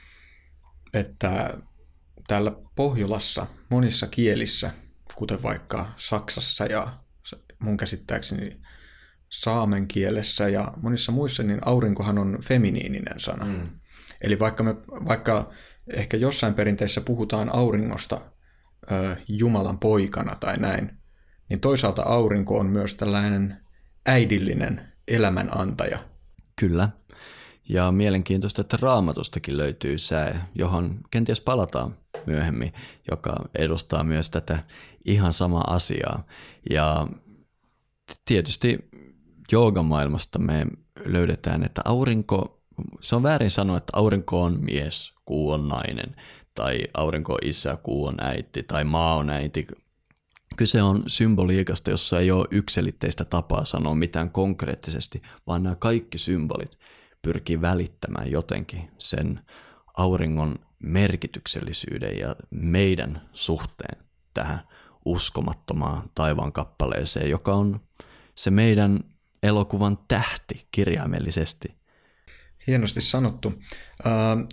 että täällä Pohjolassa monissa kielissä, kuten vaikka Saksassa ja mun käsittääkseni saamen kielessä ja monissa muissa, niin aurinkohan on feminiininen sana. Mm. Eli vaikka, me, vaikka ehkä jossain perinteissä puhutaan auringosta ö, Jumalan poikana tai näin, niin toisaalta aurinko on myös tällainen äidillinen elämänantaja. Kyllä. Ja mielenkiintoista, että Raamatustakin löytyy säe, johon kenties palataan myöhemmin, joka edustaa myös tätä ihan samaa asiaa. Ja tietysti joogamaailmasta me löydetään, että aurinko, se on väärin sanoa, että aurinko on mies, kuu on nainen, tai aurinko on isä, kuu on äiti, tai maa on äiti. Kyse on symboliikasta, jossa ei ole yksiselitteistä tapaa sanoa mitään konkreettisesti, vaan nämä kaikki symbolit pyrkii välittämään jotenkin sen auringon merkityksellisyyden ja meidän suhteen tähän uskomattomaan taivaan kappaleeseen, joka on se meidän elokuvan tähti kirjaimellisesti. Hienosti sanottu. Uh,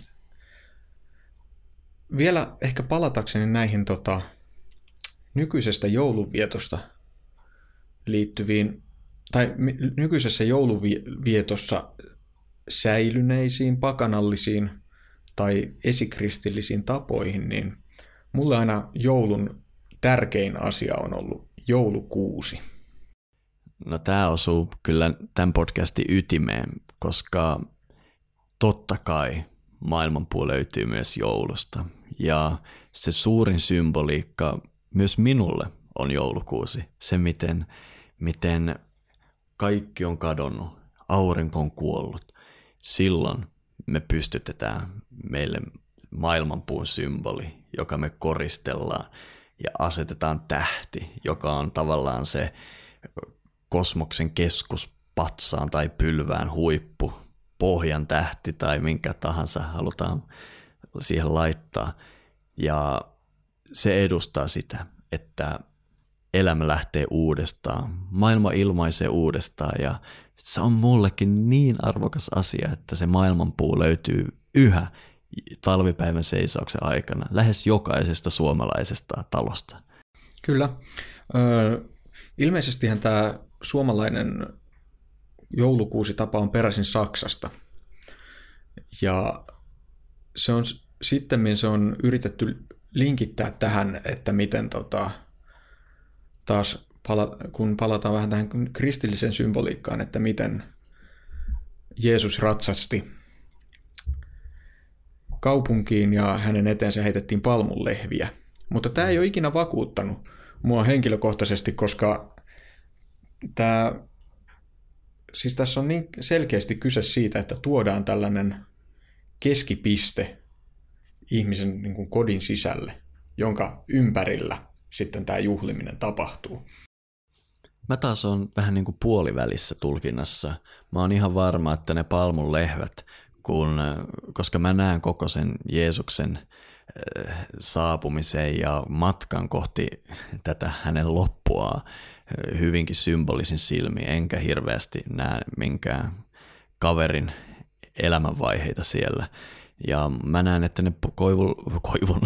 vielä ehkä palatakseni näihin tota, nykyisestä joulunvietosta liittyviin, tai nykyisessä jouluvietossa säilyneisiin, pakanallisiin tai esikristillisiin tapoihin, niin mulle aina joulun tärkein asia on ollut joulukuusi. No tämä osuu kyllä tämän podcastin ytimeen, koska totta kai maailmanpuu löytyy myös joulusta. Ja se suurin symboliikka myös minulle on joulukuusi. Se, miten, miten kaikki on kadonnut, aurinko on kuollut. Silloin me pystytetään meille maailmanpuun symboli, joka me koristellaan ja asetetaan tähti, joka on tavallaan se kosmoksen keskus patsaan tai pylvään huippu, pohjan tähti tai minkä tahansa halutaan siihen laittaa. Ja se edustaa sitä, että elämä lähtee uudestaan, maailma ilmaisee uudestaan ja se on mullekin niin arvokas asia, että se maailmanpuu löytyy yhä talvipäivän seisauksen aikana lähes jokaisesta suomalaisesta talosta. Kyllä. Ö, ilmeisestihän tämä suomalainen joulukuusitapa on peräisin Saksasta. Ja se on, sittemmin se on yritetty linkittää tähän, että miten tota, taas pala, kun palataan vähän tähän kristilliseen symboliikkaan, että miten Jeesus ratsasti kaupunkiin ja hänen eteensä heitettiin palmunlehviä. Mutta tämä ei ole ikinä vakuuttanut mua henkilökohtaisesti, koska tämä, siis tässä on niin selkeästi kyse siitä, että tuodaan tällainen keskipiste ihmisen niin kuin kodin sisälle, jonka ympärillä sitten tämä juhliminen tapahtuu. Mä taas on vähän niin kuin puolivälissä tulkinnassa. Mä oon ihan varma, että ne palmunlehvät, kun, koska mä näen koko sen Jeesuksen saapumisen ja matkan kohti tätä hänen loppua hyvinkin symbolisin silmiin, enkä hirveästi näe minkään kaverin elämänvaiheita siellä. Ja mä näen, että ne koivun, koivun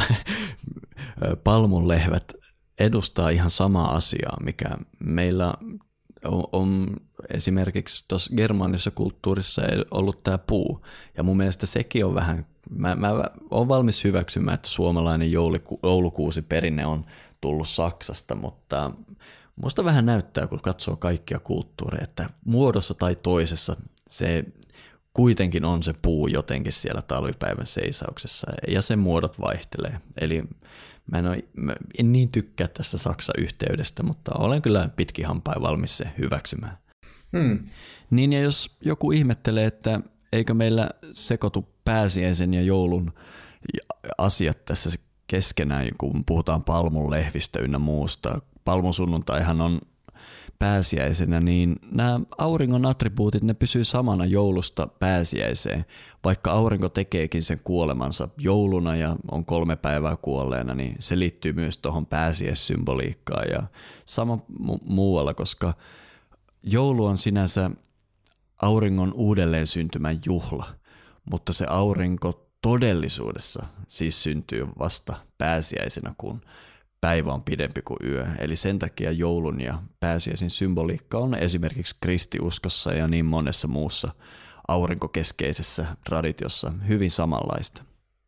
palmunlehvät edustaa ihan samaa asiaa, mikä meillä on, on esimerkiksi tuossa germaanisessa kulttuurissa ollut tämä puu. Ja mun mielestä sekin on vähän, mä, mä oon valmis hyväksymään, että suomalainen jouluku, joulukuusi perinne on tullut Saksasta, mutta musta vähän näyttää, kun katsoo kaikkia kulttuureja, että muodossa tai toisessa se kuitenkin on se puu jotenkin siellä talvipäivän seisauksessa ja sen muodot vaihtelee. Eli mä en, ole, mä en niin tykkää tästä Saksa-yhteydestä, mutta olen kyllä pitkin hampain valmis se hyväksymään. Hmm. Niin ja jos joku ihmettelee, että eikö meillä sekoitu pääsiäisen ja joulun asiat tässä keskenään, kun puhutaan palmunlehvistä ynnä muusta. Palmunsunnuntaihan on pääsiäisenä, niin nämä auringon attribuutit, ne pysyy samana joulusta pääsiäiseen. Vaikka aurinko tekeekin sen kuolemansa jouluna ja on kolme päivää kuolleena, niin se liittyy myös tuohon pääsiäissymboliikkaan ja sama mu- muualla, koska joulu on sinänsä auringon uudelleen syntymän juhla, mutta se aurinko todellisuudessa siis syntyy vasta pääsiäisenä, kun päivä on pidempi kuin yö. Eli sen takia joulun ja pääsiäisen symboliikka on esimerkiksi kristiuskossa ja niin monessa muussa aurinkokeskeisessä traditiossa hyvin samanlaista.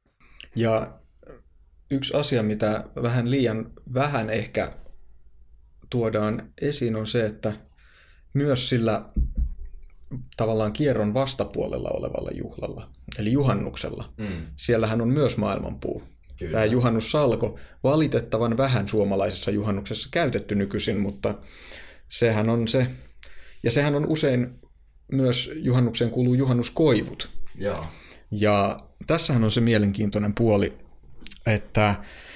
Ja yksi asia, mitä vähän liian vähän ehkä tuodaan esiin, on se, että myös sillä tavallaan kierron vastapuolella olevalla juhlalla, eli juhannuksella, mm. siellähän on myös maailmanpuu. Kyllä. Tämä juhannussalko, valitettavan vähän suomalaisessa juhannuksessa käytetty nykyisin, mutta sehän on se, ja sehän on usein myös juhannukseen kuuluu juhannuskoivut. Joo. Ja tässähän on se mielenkiintoinen puoli, että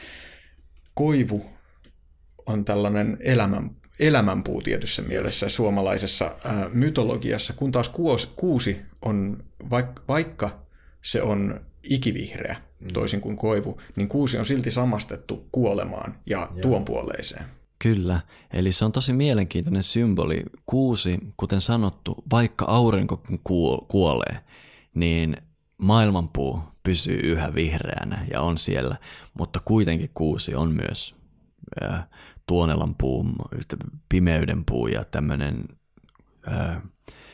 koivu on tällainen elämän, elämänpuu tietyssä mielessä suomalaisessa ää, mytologiassa, kun taas kuos, kuusi on, vaikka, vaikka se on ikivihreä, toisin kuin koivu, niin kuusi on silti samastettu kuolemaan ja Joo. tuonpuoleiseen. Kyllä, eli se on tosi mielenkiintoinen symboli. Kuusi, kuten sanottu, vaikka aurinko kuolee, niin maailmanpuu pysyy yhä vihreänä ja on siellä, mutta kuitenkin kuusi on myös äh, tuonelan puu, pimeyden puu ja tämmöinen äh,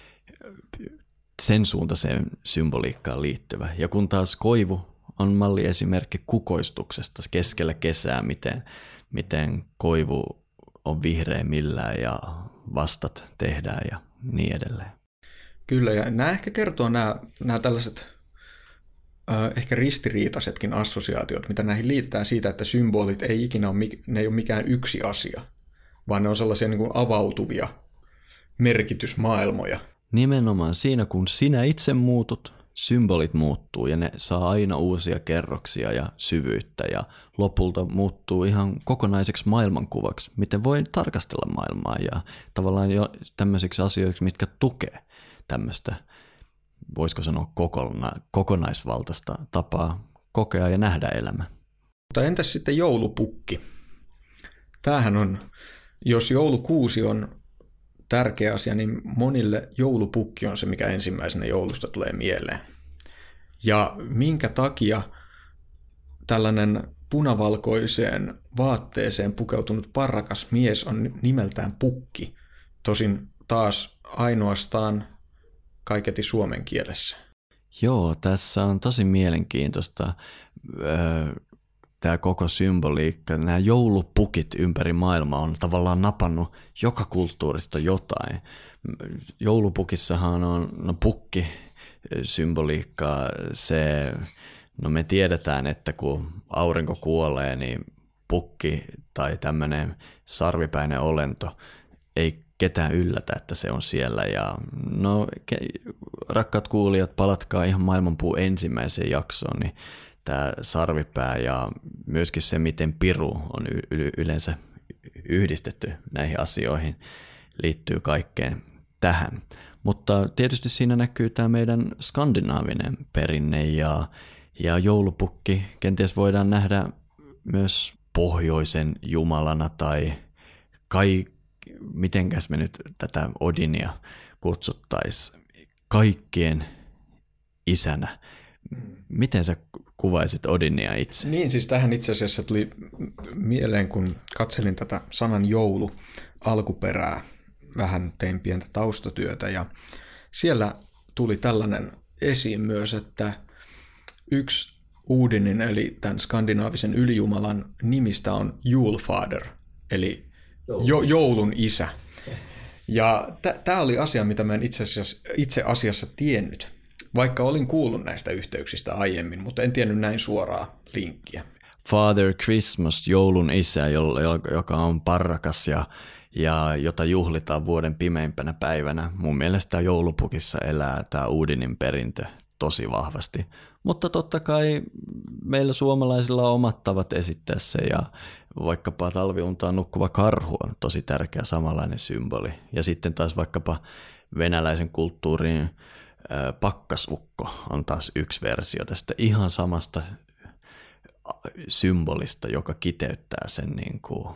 sen suuntaiseen symboliikkaan liittyvä. Ja kun taas koivu on malliesimerkki kukoistuksesta keskellä kesää, miten, miten koivu on vihreimmillään ja vastat tehdään ja niin edelleen. Kyllä, ja nämä ehkä kertoo nämä, nämä tällaiset äh, ehkä ristiriitaisetkin assosiaatiot, mitä näihin liitetään siitä, että symbolit ei ikinä ole, ne ei ole mikään yksi asia, vaan ne on sellaisia niin kuin avautuvia merkitysmaailmoja. Nimenomaan siinä, kun sinä itse muutut, symbolit muuttuu ja ne saa aina uusia kerroksia ja syvyyttä ja lopulta muuttuu ihan kokonaiseksi maailmankuvaksi, miten voi tarkastella maailmaa ja tavallaan jo tämmöisiksi asioiksi, mitkä tukee tämmöistä, voisiko sanoa kokona, kokonaisvaltaista tapaa kokea ja nähdä elämä. Mutta entäs sitten joulupukki? Tämähän on, jos joulukuusi on tärkeä asia, niin monille joulupukki on se, mikä ensimmäisenä joulusta tulee mieleen. Ja minkä takia tällainen punavalkoiseen vaatteeseen pukeutunut parrakas mies on nimeltään Pukki, tosin taas ainoastaan kaiketi suomen kielessä. Joo, tässä on tosi mielenkiintoista öö, tämä koko symboliikka. Nämä joulupukit ympäri maailmaa on tavallaan napannut joka kulttuurista jotain. Joulupukissahan on no, pukki symboliikkaa. Se, no me tiedetään, että kun aurinko kuolee, niin pukki tai tämmöinen sarvipäinen olento ei ketään yllätä, että se on siellä. Ja no, rakkaat kuulijat, palatkaa ihan Maailmanpuun ensimmäiseen jaksoon, niin tämä sarvipää ja myöskin se, miten piru on y- yleensä yhdistetty näihin asioihin, liittyy kaikkeen tähän. Mutta tietysti siinä näkyy tämä meidän skandinaavinen perinne ja, ja joulupukki kenties voidaan nähdä myös pohjoisen jumalana tai kai, mitenkäs me nyt tätä Odinia kutsuttaisiin kaikkien isänä. Miten sä kuvaisit Odinia itse? Niin, siis tähän itse asiassa tuli mieleen, kun katselin tätä sanan joulu alkuperää, vähän tein pientä taustatyötä, ja siellä tuli tällainen esiin myös, että yksi Odinin, eli tämän skandinaavisen ylijumalan nimistä on Julfader, eli jo, joulun isä. Ja tämä oli asia, mitä mä en itse asiassa, itse asiassa tiennyt, vaikka olin kuullut näistä yhteyksistä aiemmin, mutta en tiennyt näin suoraa linkkiä. Father Christmas, joulun isä, joka on parrakas ja, ja jota juhlitaan vuoden pimeimpänä päivänä. Mun mielestä joulupukissa elää tämä Odinin perintö tosi vahvasti. Mutta totta kai meillä suomalaisilla on omat tavat esittää se, ja vaikkapa talviuntaan nukkuva karhu on tosi tärkeä samanlainen symboli. Ja sitten taas vaikkapa venäläisen kulttuurin pakkasukko on taas yksi versio tästä ihan samasta symbolista, joka kiteyttää sen niin kuin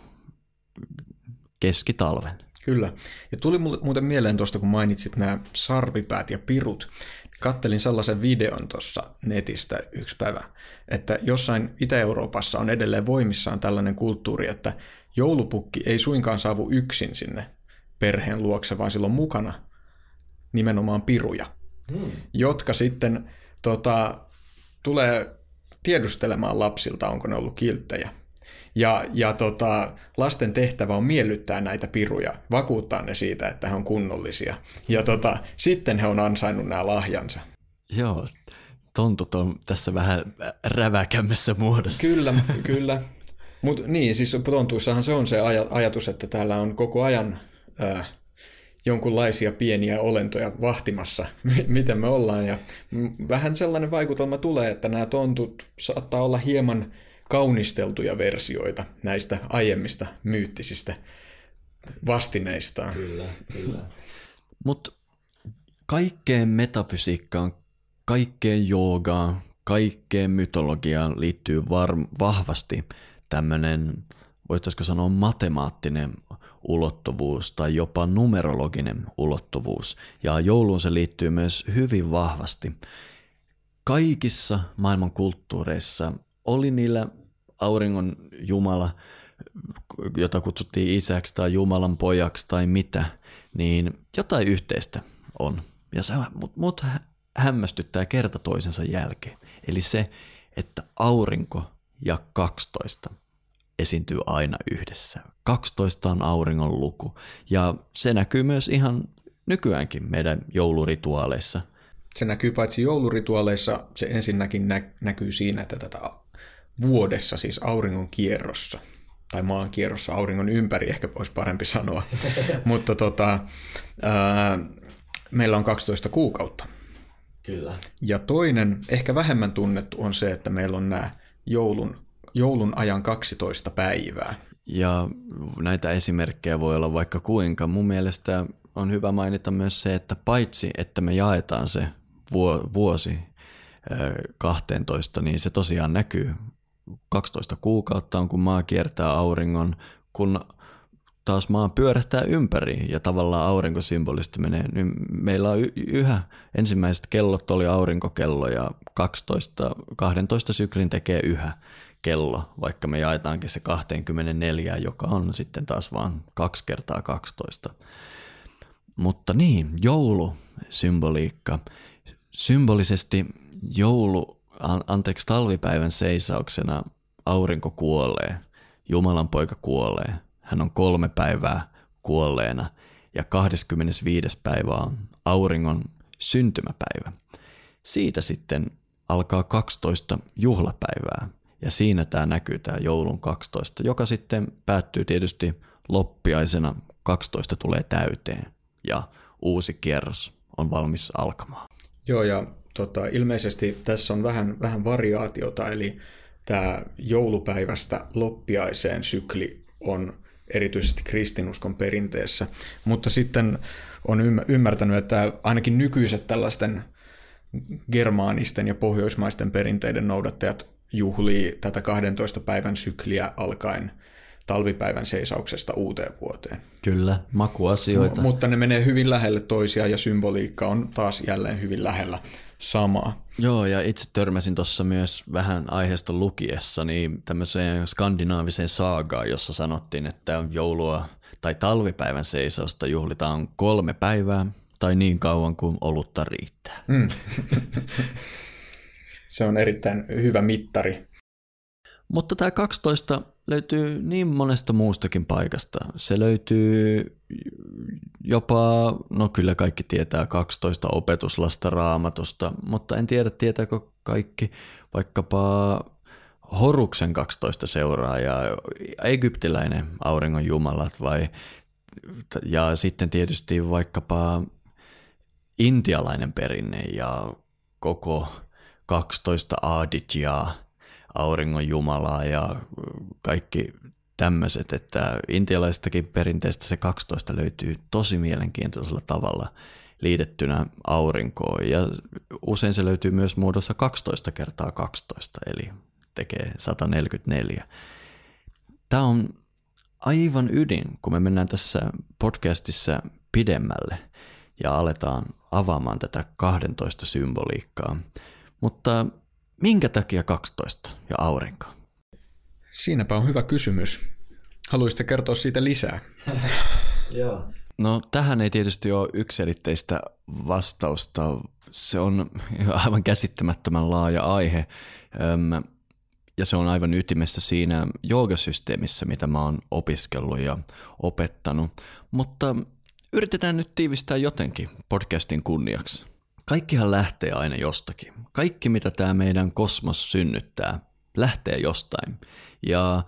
keskitalven. Kyllä. Ja tuli muuten mieleen tuosta, kun mainitsit nämä sarvipäät ja pirut. Kattelin sellaisen videon tuossa netistä yksi päivä, että jossain Itä-Euroopassa on edelleen voimissaan tällainen kulttuuri, että joulupukki ei suinkaan saavu yksin sinne perheen luokse, vaan sillä on mukana nimenomaan piruja, hmm. jotka sitten tota, tulee tiedustelemaan lapsilta, onko ne ollut kilttejä. Ja, ja tota, lasten tehtävä on miellyttää näitä piruja, vakuuttaa ne siitä, että he on kunnollisia. Ja tota, sitten he on ansainnut nämä lahjansa. Joo, tontut on tässä vähän räväkämmässä muodossa. Kyllä, kyllä. Mutta niin, siis tontuissahan se on se aj- ajatus, että täällä on koko ajan ää, jonkunlaisia pieniä olentoja vahtimassa, miten me ollaan. Ja vähän sellainen vaikutelma tulee, että nämä tontut saattaa olla hieman kaunisteltuja versioita näistä aiemmista myyttisistä vastineistaan. Kyllä, kyllä. Mutta kaikkeen metafysiikkaan, kaikkeen joogaan, kaikkeen mytologiaan liittyy var- vahvasti tämmöinen, voitaisiko sanoa matemaattinen ulottuvuus tai jopa numerologinen ulottuvuus. Ja jouluun se liittyy myös hyvin vahvasti. Kaikissa maailman kulttuureissa oli niillä auringon jumala, jota kutsuttiin isäksi tai Jumalan pojaksi tai mitä, niin jotain yhteistä on. Ja se mut, mut hämmästyttää kerta toisensa jälkeen. Eli se, että aurinko ja kaksitoista esiintyy aina yhdessä. kaksitoista on auringon luku. Ja se näkyy myös ihan nykyäänkin meidän joulurituaaleissa. Se näkyy paitsi joulurituaaleissa, se ensinnäkin nä- näkyy siinä, että tätä vuodessa, siis auringon kierrossa, tai maan kierrossa, auringon ympäri ehkä olisi parempi sanoa, mutta tota, ää, meillä on kaksitoista kuukautta. Kyllä. Ja toinen, ehkä vähemmän tunnettu, on se, että meillä on nämä joulun, joulun ajan kaksitoista päivää. Ja näitä esimerkkejä voi olla vaikka kuinka. Mun mielestä on hyvä mainita myös se, että paitsi että me jaetaan se vuosi kahteentoista, niin se tosiaan näkyy. kaksitoista kuukautta on, kun maa kiertää auringon, kun taas maa pyörähtää ympäri ja tavallaan aurinko symbolisesti menee. Niin meillä on yhä, ensimmäiset kellot oli aurinkokello ja kaksitoista, kahdentoista syklin tekee yhä kello, vaikka me jaetaankin se kaksikymmentäneljä, joka on sitten taas vaan kaksi kertaa kaksitoista. Mutta niin, joulusymboliikka. Symbolisesti joulu, anteeksi talvipäivän seisauksena aurinko kuolee, Jumalan poika kuolee. Hän on kolme päivää kuolleena ja kahdeskymmenesviides päivä on auringon syntymäpäivä. Siitä sitten alkaa kaksitoista juhlapäivää ja siinä tämä näkyy tämä joulun kaksitoista, joka sitten päättyy tietysti loppiaisena, kaksitoista tulee täyteen ja uusi kierros on valmis alkamaan. Joo, ja tota, ilmeisesti tässä on vähän, vähän variaatiota, eli tämä joulupäivästä loppiaiseen sykli on erityisesti kristinuskon perinteessä, mutta sitten on ymmärtänyt, että ainakin nykyiset tällaisten germaanisten ja pohjoismaisten perinteiden noudattajat juhlii tätä kahdentoista päivän sykliä alkaen talvipäivän seisauksesta uuteen vuoteen. Kyllä, makuasioita. M- mutta ne menee hyvin lähelle toisiaan ja symboliikka on taas jälleen hyvin lähellä samaa. Joo, ja itse törmäsin tuossa myös vähän aiheesta lukiessa niin tämmöiseen skandinaaviseen saagaan, jossa sanottiin, että joulua tai talvipäivän seisausta juhlitaan kolme päivää tai niin kauan kuin olutta riittää. Mm. Se on erittäin hyvä mittari. Mutta tämä kaksitoista löytyy niin monesta muustakin paikasta. Se löytyy jopa, no kyllä kaikki tietää kaksitoista opetuslasta Raamatusta, mutta en tiedä tietääkö kaikki vaikkapa Horuksen kaksitoista seuraajaa, egyptiläinen auringon jumalat vai, ja sitten tietysti vaikkapa intialainen perinne ja koko kaksitoista Adityaa, auringon jumalaa ja kaikki tämmöiset, että intialaisestakin perinteestä se kaksitoista löytyy tosi mielenkiintoisella tavalla liitettynä aurinkoon ja usein se löytyy myös muodossa kaksitoista kertaa kaksitoista, eli tekee sata neljäkymmentäneljä. Tämä on aivan ydin, kun me mennään tässä podcastissa pidemmälle ja aletaan avaamaan tätä kahdentoista symboliikkaa, mutta minkä takia kaksitoista ja aurinko? Siinäpä on hyvä kysymys. Haluaisitko kertoa siitä lisää? Joo. No tähän ei tietysti ole yksiselitteistä vastausta. Se on aivan käsittämättömän laaja aihe ja se on aivan ytimessä siinä joogasysteemissä, mitä mä oon opiskellut ja opettanut. Mutta yritetään nyt tiivistää jotenkin podcastin kunniaksi. Kaikkihan lähtee aina jostakin. Kaikki, mitä tämä meidän kosmos synnyttää, lähtee jostain. Ja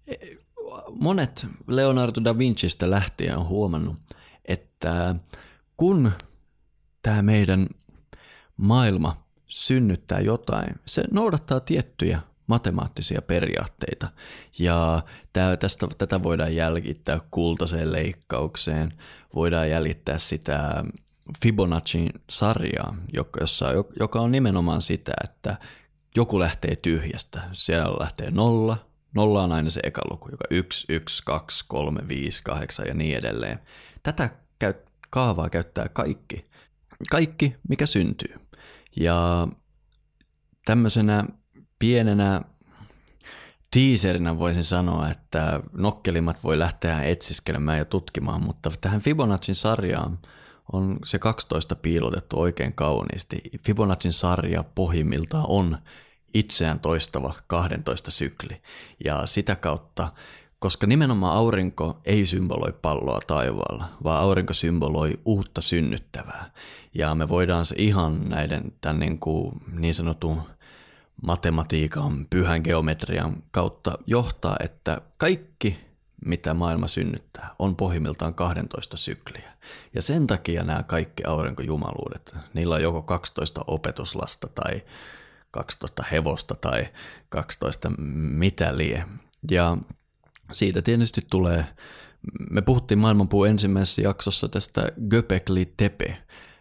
monet Leonardo da Vincistä lähtien on huomannut, että kun tämä meidän maailma synnyttää jotain, se noudattaa tiettyjä matemaattisia periaatteita. Ja tää, tästä, tätä voidaan jäljittää kultaiseen leikkaukseen, voidaan jäljittää sitä Fibonacin sarjaa, jossa, joka on nimenomaan sitä, että joku lähtee tyhjästä. Siellä lähtee nolla, nolla on aina se eka luku, joka yksi, yksi, kaksi, kolme, viisi, kahdeksan ja niin edelleen. Tätä käy, kaavaa käyttää kaikki, kaikki mikä syntyy. Ja tämmöisenä pienenä teaserinä voisin sanoa, että nokkelimat voi lähteä etsiskelemään ja tutkimaan, mutta tähän Fibonacin sarjaan on se kaksitoista piilotettu oikein kauniisti. Fibonacin sarja pohjimmiltaan on itseään toistava kahdentoista sykli ja sitä kautta koska nimenomaan aurinko ei symboloi palloa taivaalla, vaan aurinko symboloi uutta synnyttävää. Ja me voidaan se ihan näiden tämän niin, kuin niin sanotun matematiikan, pyhän geometrian kautta johtaa, että kaikki, mitä maailma synnyttää, on pohjimmiltaan kaksitoista sykliä. Ja sen takia nämä kaikki aurinkojumaluudet, niillä on joko kaksitoista opetuslasta tai kaksitoista hevosta tai kaksitoista mitä lie. Ja siitä tietysti tulee, me puhuttiin Maailmanpuun ensimmäisessä jaksossa tästä Göbekli Tepe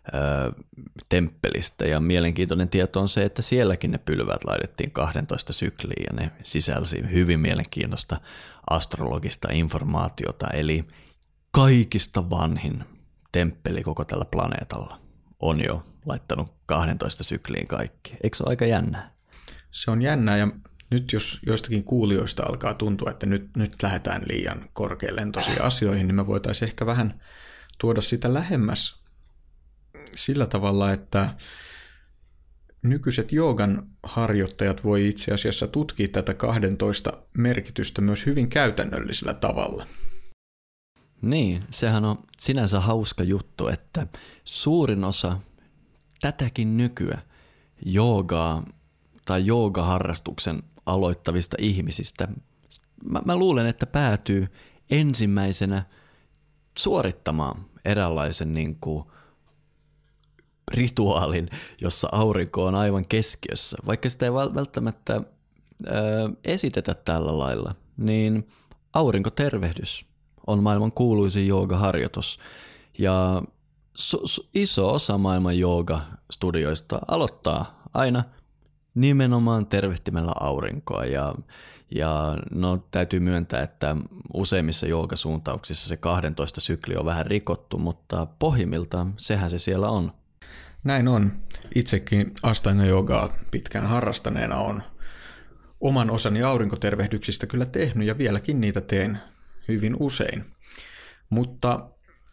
temppelistä, ja mielenkiintoinen tieto on se, että sielläkin ne pylväät laitettiin kaksitoista sykliin ja ne sisälsi hyvin mielenkiintoista astrologista informaatiota, eli kaikista vanhin temppeli koko tällä planeetalla on jo laittanut kaksitoista sykliin kaikki. Eikö se ole aika jännää? Se on jännää, ja nyt jos joistakin kuulijoista alkaa tuntua, että nyt, nyt lähdetään liian korkealentoisiin asioihin, niin me voitaisiin ehkä vähän tuoda sitä lähemmäs sillä tavalla, että nykyiset joogan harjoittajat voi itse asiassa tutkia tätä kaksitoista merkitystä myös hyvin käytännöllisellä tavalla. Niin, sehän on sinänsä hauska juttu, että suurin osa tätäkin nykyä joogaa tai joogaharrastuksen aloittavista ihmisistä, mä, mä luulen, että päätyy ensimmäisenä suorittamaan eräänlaisen niin kuin rituaalin, jossa aurinko on aivan keskiössä. Vaikka sitä ei välttämättä ää, esitetä tällä lailla, niin aurinkotervehdys on maailman kuuluisin joogaharjoitus. Ja su- su- iso osa maailman joogastudioista aloittaa aina nimenomaan tervehtimällä aurinkoa. Ja, ja no, täytyy myöntää, että useimmissa joogasuuntauksissa se kaksitoista sykli on vähän rikottu, mutta pohjimmiltaan sehän se siellä on. Näin on. Itsekin Astanga-joogaa pitkään harrastaneena on oman osani aurinkotervehdyksistä kyllä tehnyt, ja vieläkin niitä teen hyvin usein. Mutta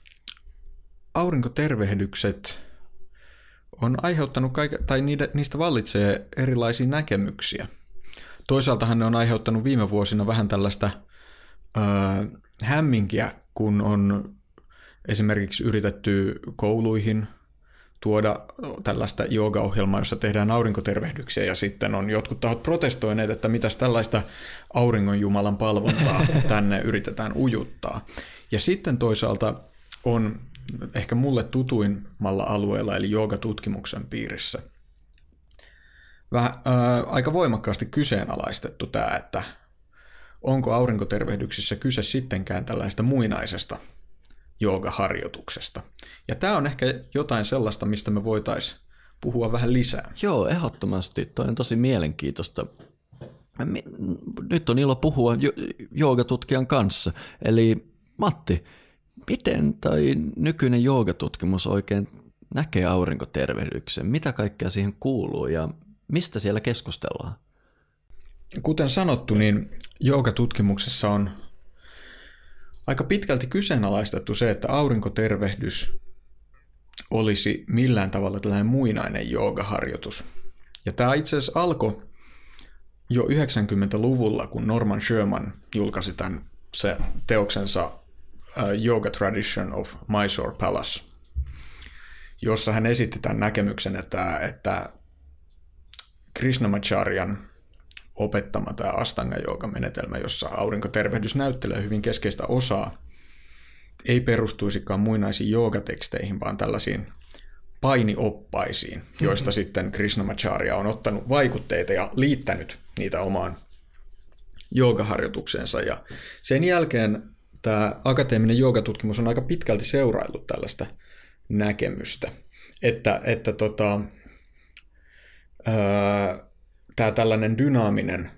aurinkotervehdykset on aiheuttanut, kaik- tai niistä vallitsee erilaisia näkemyksiä. Toisaaltahan ne on aiheuttanut viime vuosina vähän tällaista öö, hämminkiä, kun on esimerkiksi yritetty kouluihin tuoda tällaista joogaohjelmaa, jossa tehdään aurinkotervehdyksiä, ja sitten on jotkut tahot protestoineet, että mitäs tällaista auringonjumalan palvontaa tänne yritetään ujuttaa. Ja sitten toisaalta on ehkä mulle tutuimmalla alueella, eli joogatutkimuksen piirissä, vähän, ää, aika voimakkaasti kyseenalaistettu tämä, että onko aurinkotervehdyksissä kyse sittenkään tällaista muinaisesta joogaharjoituksesta. Ja tämä on ehkä jotain sellaista, mistä me voitaisiin puhua vähän lisää. Joo, ehdottomasti. Toi on tosi mielenkiintoista. Nyt on ilo puhua joogatutkijan kanssa. Eli Matti, miten tai nykyinen joogatutkimus oikein näkee aurinkotervehdyksen? Mitä kaikkea siihen kuuluu ja mistä siellä keskustellaan? Kuten sanottu, niin joogatutkimuksessa on aika pitkälti kyseenalaistettu se, että aurinkotervehdys olisi millään tavalla tällainen muinainen joogaharjoitus. Ja tämä itse asiassa alkoi jo yhdeksänkymmentäluvulla, kun Norman Sherman julkaisi tämän se teoksensa uh, Yoga Tradition of Mysore Palace, jossa hän esitti tämän näkemyksen, että, että Krishnamacharyan opettama tämä Astanga-jooga-menetelmä, jossa aurinkotervehdys näyttelee hyvin keskeistä osaa, ei perustuisikaan muinaisiin joogateksteihin, vaan tällaisiin painioppaisiin, joista mm-hmm. sitten Krishnamacharya on ottanut vaikutteita ja liittänyt niitä omaan joogaharjoitukseensa. Ja sen jälkeen tämä akateeminen joogatutkimus on aika pitkälti seuraillut tällaista näkemystä, että, että tota, ää, tämä tällainen dynaaminen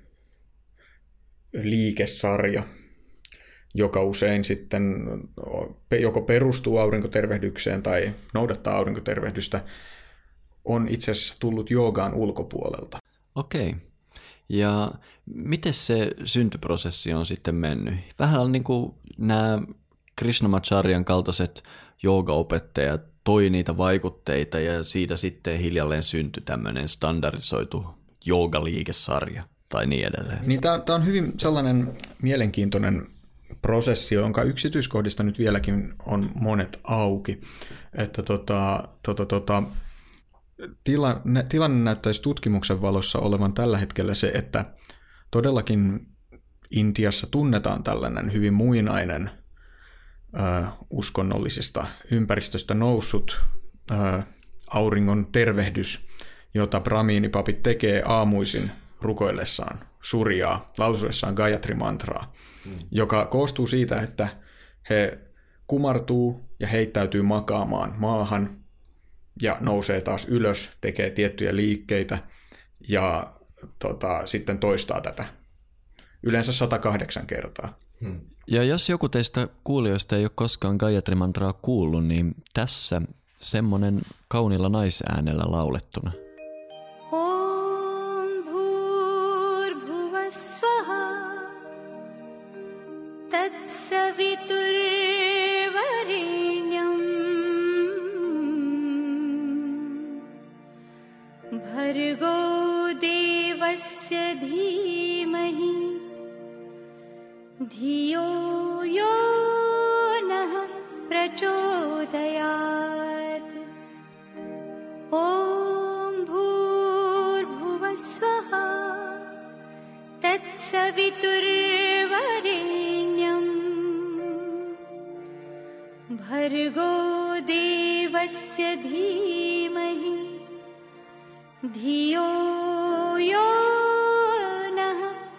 liikesarja, joka usein sitten joko perustuu aurinkotervehdykseen tai noudattaa aurinkotervehdystä, on itse asiassa tullut joogaan ulkopuolelta. Okei. Ja miten se syntyprosessi on sitten mennyt? Vähän niin kuin nämä Krishnamacharyan kaltaiset joogaopettajat toi niitä vaikutteita ja siitä sitten hiljalleen syntyi tämmöinen standardisoitu joogaliikesarja tai niin edelleen. Niin tämä on hyvin sellainen mielenkiintoinen prosessi, jonka yksityiskohdista nyt vieläkin on monet auki. Että tota, tota, tota, tilanne, tilanne näyttäisi tutkimuksen valossa olevan tällä hetkellä se, että todellakin Intiassa tunnetaan tällainen hyvin muinainen ö, uskonnollisesta ympäristöstä noussut ö, auringon tervehdys, jota brahmiinipapit tekee aamuisin rukoillessaan surjaa, lausuessaan Gayatri-mantraa, mm. joka koostuu siitä, että he kumartuu ja heittäytyy makaamaan maahan ja nousee taas ylös, tekee tiettyjä liikkeitä ja tota, sitten toistaa tätä yleensä sata kahdeksan kertaa. Hmm. Ja jos joku teistä kuulijoista ei ole koskaan Gayatri-mantraa kuullut, niin tässä semmoinen kauniilla naisäänellä laulettuna. Om bhurbhuva swaha tatsaviturvarenyam bhargo devasya dhimahi dhiyo yo nah prachodayat. Om bhurbhuva swaha tatsaviturvarenyam bhargo devasya dhimahi dhiyo yo nah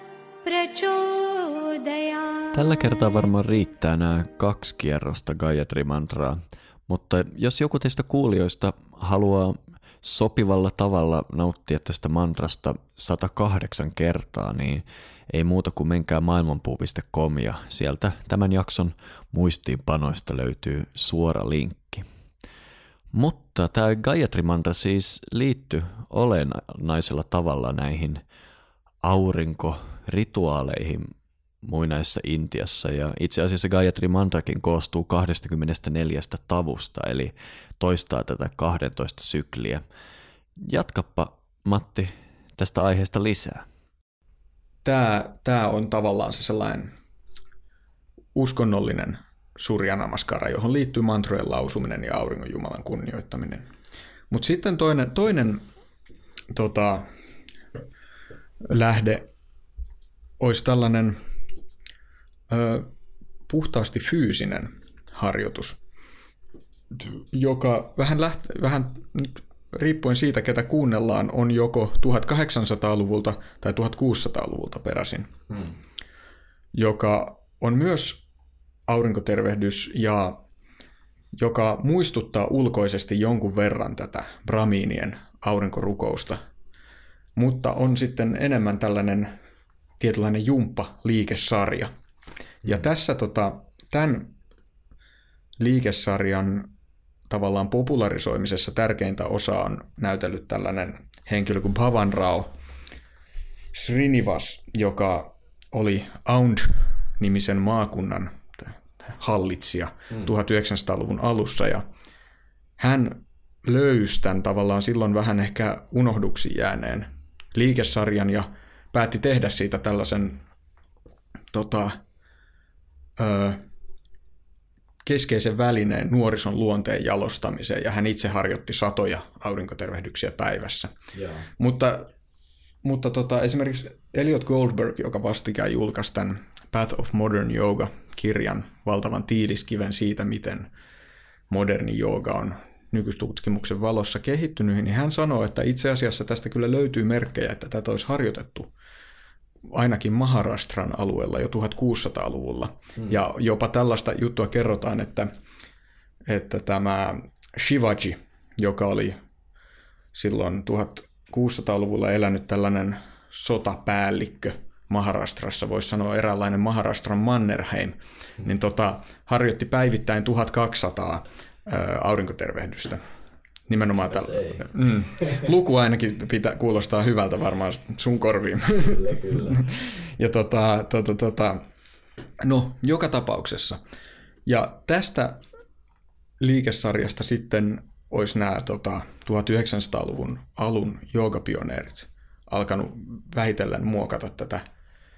prachodayat. Tällä kertaa varmaan riittää nämä kaksi kierrosta Gayatri-mantraa, mutta jos joku teistä kuulijoista haluaa sopivalla tavalla nauttia tästä mantrasta sata kahdeksan kertaa, niin ei muuta kuin menkää maailmanpuu piste com ja sieltä tämän jakson muistiinpanoista löytyy suora linkki. Mutta tämä Gayatri-mantra siis liittyy olennaisella tavalla näihin aurinkorituaaleihin muinaisessa Intiassa, ja itse asiassa Gayatri-mantrakin koostuu kaksikymmentäneljä tavusta, eli toistaa tätä kaksitoista sykliä. Jatkappa, Matti, tästä aiheesta lisää. Tämä, tämä on tavallaan se sellainen uskonnollinen Surya Namaskara, johon liittyy mantrojen lausuminen ja auringon Jumalan kunnioittaminen. Mutta sitten toinen, toinen tota, lähde olisi tällainen ö, puhtaasti fyysinen harjoitus, joka vähän, läht- vähän nyt riippuen siitä, ketä kuunnellaan, on joko tuhatkahdeksansataaluvulta tai tuhatkuusisataaluvulta peräisin, hmm. joka on myös aurinkotervehdys ja joka muistuttaa ulkoisesti jonkun verran tätä brahmiinien aurinkorukousta, mutta on sitten enemmän tällainen tietynlainen jumppa-liikesarja. Ja tässä tota, tämän liikesarjan tavallaan popularisoimisessa tärkeintä osaa on näytellyt tällainen henkilö kuin Bhavan Rao Srinivas, joka oli Aundh-nimisen maakunnan hallitsija mm. tuhatyhdeksänsataaluvun alussa. Ja hän löysi tämän tavallaan silloin vähän ehkä unohduksi jääneen liikesarjan ja päätti tehdä siitä tällaisen tota, ö, keskeisen välineen nuorison luonteen jalostamiseen, ja hän itse harjoitti satoja aurinkotervehdyksiä päivässä. Yeah. Mutta, mutta tota, esimerkiksi Elliot Goldberg, joka vastikään julkaisi tämän Path of Modern Yoga-kirjan, valtavan tiiliskiven siitä, miten moderni jooga on nykytutkimuksen valossa kehittynyt, niin hän sanoo, että itse asiassa tästä kyllä löytyy merkkejä, että tätä olisi harjoitettu ainakin Maharashtran alueella jo tuhatkuusisataaluvulla. Hmm. Ja jopa tällaista juttua kerrotaan, että, että tämä Shivaji, joka oli silloin tuhatkuusisataaluvulla elänyt tällainen sotapäällikkö Maharashtrassa, voisi sanoa eräänlainen Maharashtran Mannerheim, hmm. niin tota, harjoitti päivittäin tuhatkaksisataa ää, aurinkotervehdystä. Nimenomaan tällä. Mm. Luku ainakin pitää, kuulostaa hyvältä varmaan sun korviin. Kyllä, kyllä. Ja tota, tota, tota, no, joka tapauksessa. Ja tästä liikesarjasta sitten olisi nämä tota, tuhatyhdeksänsataaluvun alun joogapioneerit alkanut vähitellen muokata tätä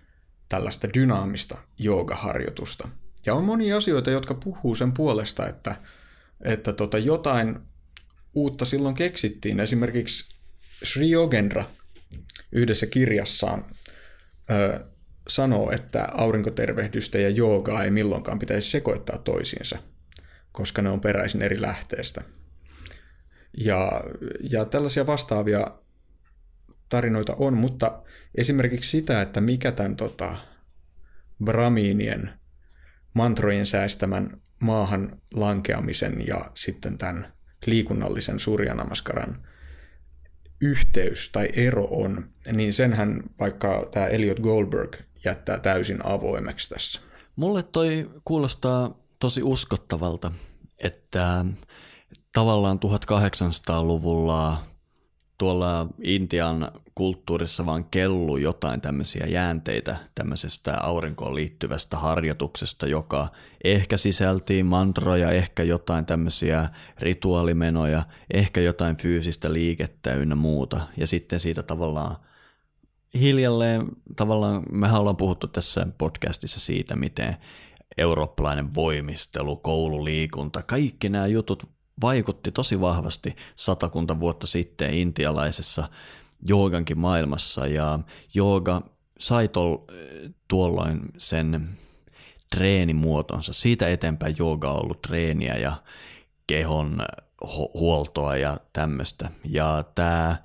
tällaista dynaamista joogaharjoitusta. Ja on monia asioita, jotka puhuu sen puolesta, että, että tota jotain uutta silloin keksittiin. Esimerkiksi Sri Yogendra yhdessä kirjassaan ö, sanoo, että aurinkotervehdystä ja joogaa ei milloinkaan pitäisi sekoittaa toisiinsa, koska ne on peräisin eri lähteestä. Ja, ja tällaisia vastaavia tarinoita on, mutta esimerkiksi sitä, että mikä tämän tota, brahmiinien mantrojen säästämän maahan lankeamisen ja sitten tämän liikunnallisen Surya Namaskaran yhteys tai ero on, niin senhän vaikka tämä Elliot Goldberg jättää täysin avoimeksi tässä. Mulle toi kuulostaa tosi uskottavalta, että tavallaan tuhatkahdeksansataaluvulla tuolla Intian kulttuurissa vaan kelluu jotain tämmöisiä jäänteitä tämmöisestä aurinkoon liittyvästä harjoituksesta, joka ehkä sisältii mantroja, ehkä jotain tämmöisiä rituaalimenoja, ehkä jotain fyysistä liikettä ynnä muuta. Ja sitten siitä tavallaan hiljalleen, tavallaan mehän ollaan puhuttu tässä podcastissa siitä, miten eurooppalainen voimistelu, koululiikunta, kaikki nämä jutut vaikutti tosi vahvasti satakunta vuotta sitten intialaisessa joogankin maailmassa, ja jooga sai tol, tuolloin sen treenimuotonsa. Siitä eteenpäin jooga on ollut treeniä ja kehon huoltoa ja tämmöistä. Ja tämä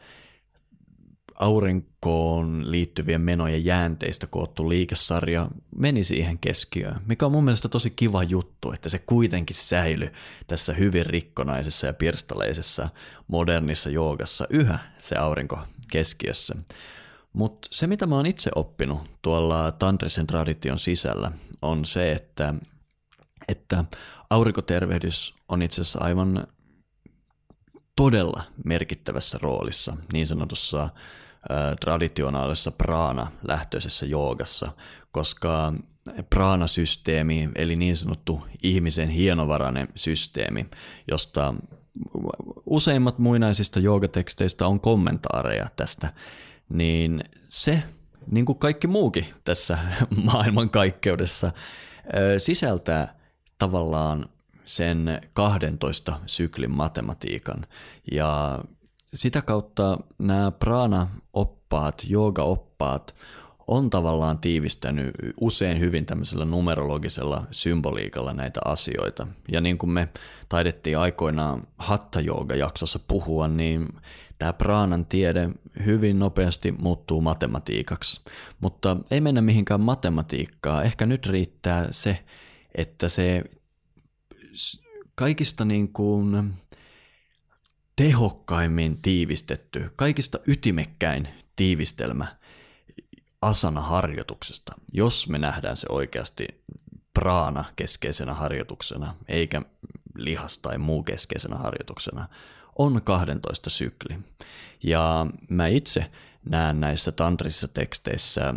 aurinkoon liittyvien menojen jäänteistä koottu liikesarja meni siihen keskiöön, mikä on mun mielestä tosi kiva juttu, että se kuitenkin säilyi tässä hyvin rikkonaisessa ja pirstaleisessa modernissa joogassa yhä se aurinko keskiössä. Mutta se, mitä mä oon itse oppinut tuolla tantrisen tradition sisällä, on se, että, että aurinkotervehdys on itse asiassa aivan todella merkittävässä roolissa niin sanotussa ä, traditionaalisessa prana-lähtöisessä joogassa, koska prana-systeemi, eli niin sanottu ihmisen hienovarainen systeemi, josta useimmat muinaisista joogateksteistä on kommentaareja tästä, niin se, niin kuin kaikki muukin tässä maailmankaikkeudessa, ä, sisältää tavallaan sen kahdentoista syklin matematiikan, ja sitä kautta nämä prana-oppaat, jooga-oppaat on tavallaan tiivistänyt usein hyvin tämmöisellä numerologisella symboliikalla näitä asioita. Ja niin kuin me taidettiin aikoinaan Hatha-jooga-jaksossa puhua, niin tämä praanan tiede hyvin nopeasti muuttuu matematiikaksi. Mutta ei mennä mihinkään matematiikkaan. Ehkä nyt riittää se, että se kaikista niin kuin tehokkaimmin tiivistetty, kaikista ytimekkäin tiivistelmä asana-harjoituksesta, jos me nähdään se oikeasti praana-keskeisenä harjoituksena, eikä lihas- tai muu keskeisenä harjoituksena, on kahdentoista sykli. Ja mä itse näen näissä tantrisissa teksteissä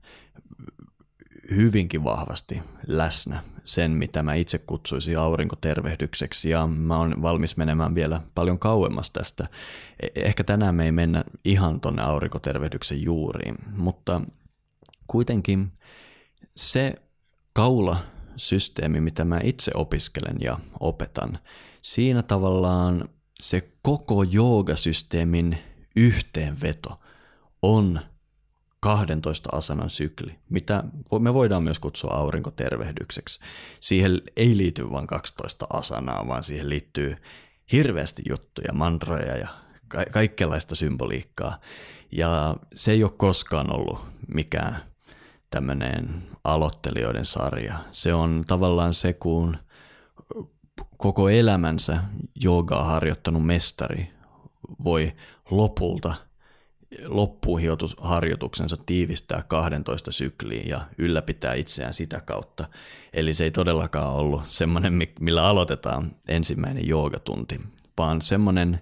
hyvinkin vahvasti läsnä sen, mitä mä itse kutsuisin aurinkotervehdykseksi, ja mä oon valmis menemään vielä paljon kauemmas tästä. Ehkä tänään me ei mennä ihan tonne aurinkotervehdyksen juuriin, mutta kuitenkin se kaulasysteemi, mitä mä itse opiskelen ja opetan, siinä tavallaan se koko joogasysteemin yhteenveto on kahdentoista asanan sykli, mitä me voidaan myös kutsua aurinkotervehdykseksi. Siihen ei liity vain kaksitoista asanaa, vaan siihen liittyy hirveästi juttuja, mantroja ja ka- kaikenlaista symboliikkaa. Ja se ei ole koskaan ollut mikään tämmöinen aloittelijoiden sarja. Se on tavallaan se, kun koko elämänsä joogaa harjoittanut mestari voi lopulta loppuharjoituksensa tiivistää kahdentoista sykliin ja ylläpitää itseään sitä kautta. Eli se ei todellakaan ollut semmoinen, millä aloitetaan ensimmäinen joogatunti, vaan semmoinen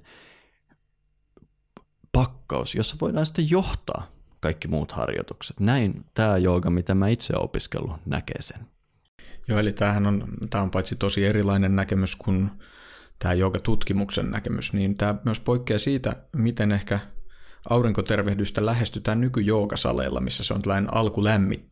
pakkaus, jossa voidaan sitten johtaa kaikki muut harjoitukset. Näin tämä jooga, mitä mä itse olen opiskellut, näkee sen. Joo, eli tämähän on, tämä on paitsi tosi erilainen näkemys kuin tämä joogatutkimuksen näkemys, niin tämä myös poikkeaa siitä, miten ehkä aurinkotervehdystä lähestytään nykyjoogasaleilla, missä se on tällainen alkulämmittely.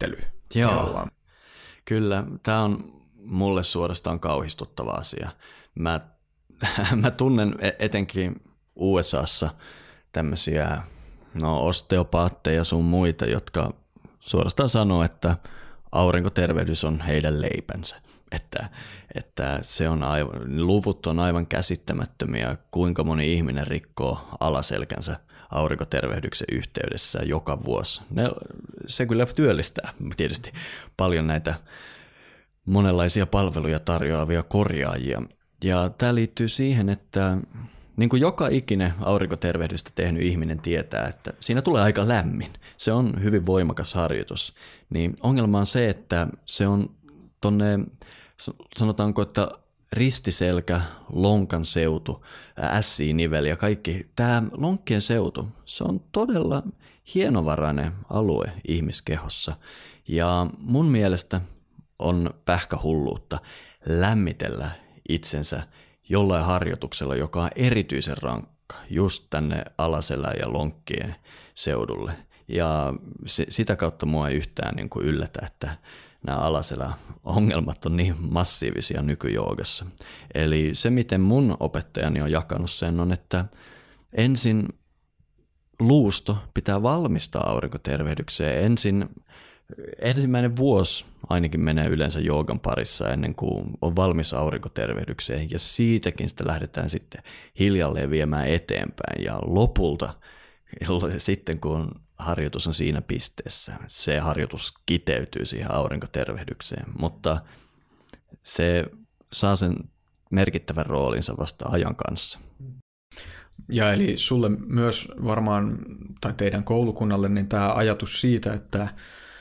Joo, tavallaan. Kyllä. Tämä on mulle suorastaan kauhistuttava asia. Mä, mä tunnen etenkin U S A:ssa tämmöisiä no, osteopaatteja sun muita, jotka suorastaan sanoo, että aurinkotervehdys on heidän leipänsä. Että, että se on aivan, luvut on aivan käsittämättömiä, kuinka moni ihminen rikkoo alaselkänsä aurinkotervehdyksen yhteydessä joka vuosi. Ne, se kyllä työllistää tietysti paljon näitä monenlaisia palveluja tarjoavia korjaajia. Ja tämä liittyy siihen, että niin kuin joka ikinen aurinkotervehdystä tehnyt ihminen tietää, että siinä tulee aika lämmin. Se on hyvin voimakas harjoitus. Niin ongelma on se, että se on tonne, sanotaanko, että ristiselkä, lonkan seutu, ässi-niveli ja kaikki. Tämä lonkkien seutu, se on todella hienovarainen alue ihmiskehossa. Ja mun mielestä on pähkähulluutta lämmitellä itsensä jollain harjoituksella, joka on erityisen rankka just tänne alaselän ja lonkkien seudulle. Ja se, sitä kautta mua ei yhtään niin kuin yllätä, että nämä alaselän ongelmat on niin massiivisia nykyjoogassa. Eli se, miten mun opettajani on jakanut sen, on, että ensin luusto pitää valmistaa aurinkotervehdykseen. Ensin ensimmäinen vuosi ainakin menee yleensä joogan parissa ennen kuin on valmis aurinkotervehdykseen, ja siitäkin sitä lähdetään sitten hiljalleen viemään eteenpäin, ja lopulta sitten kun harjoitus on siinä pisteessä, se harjoitus kiteytyy siihen aurinkotervehdykseen, mutta se saa sen merkittävän roolinsa vasta ajan kanssa. Ja eli sulle myös varmaan, tai teidän koulukunnalle, niin tämä ajatus siitä, että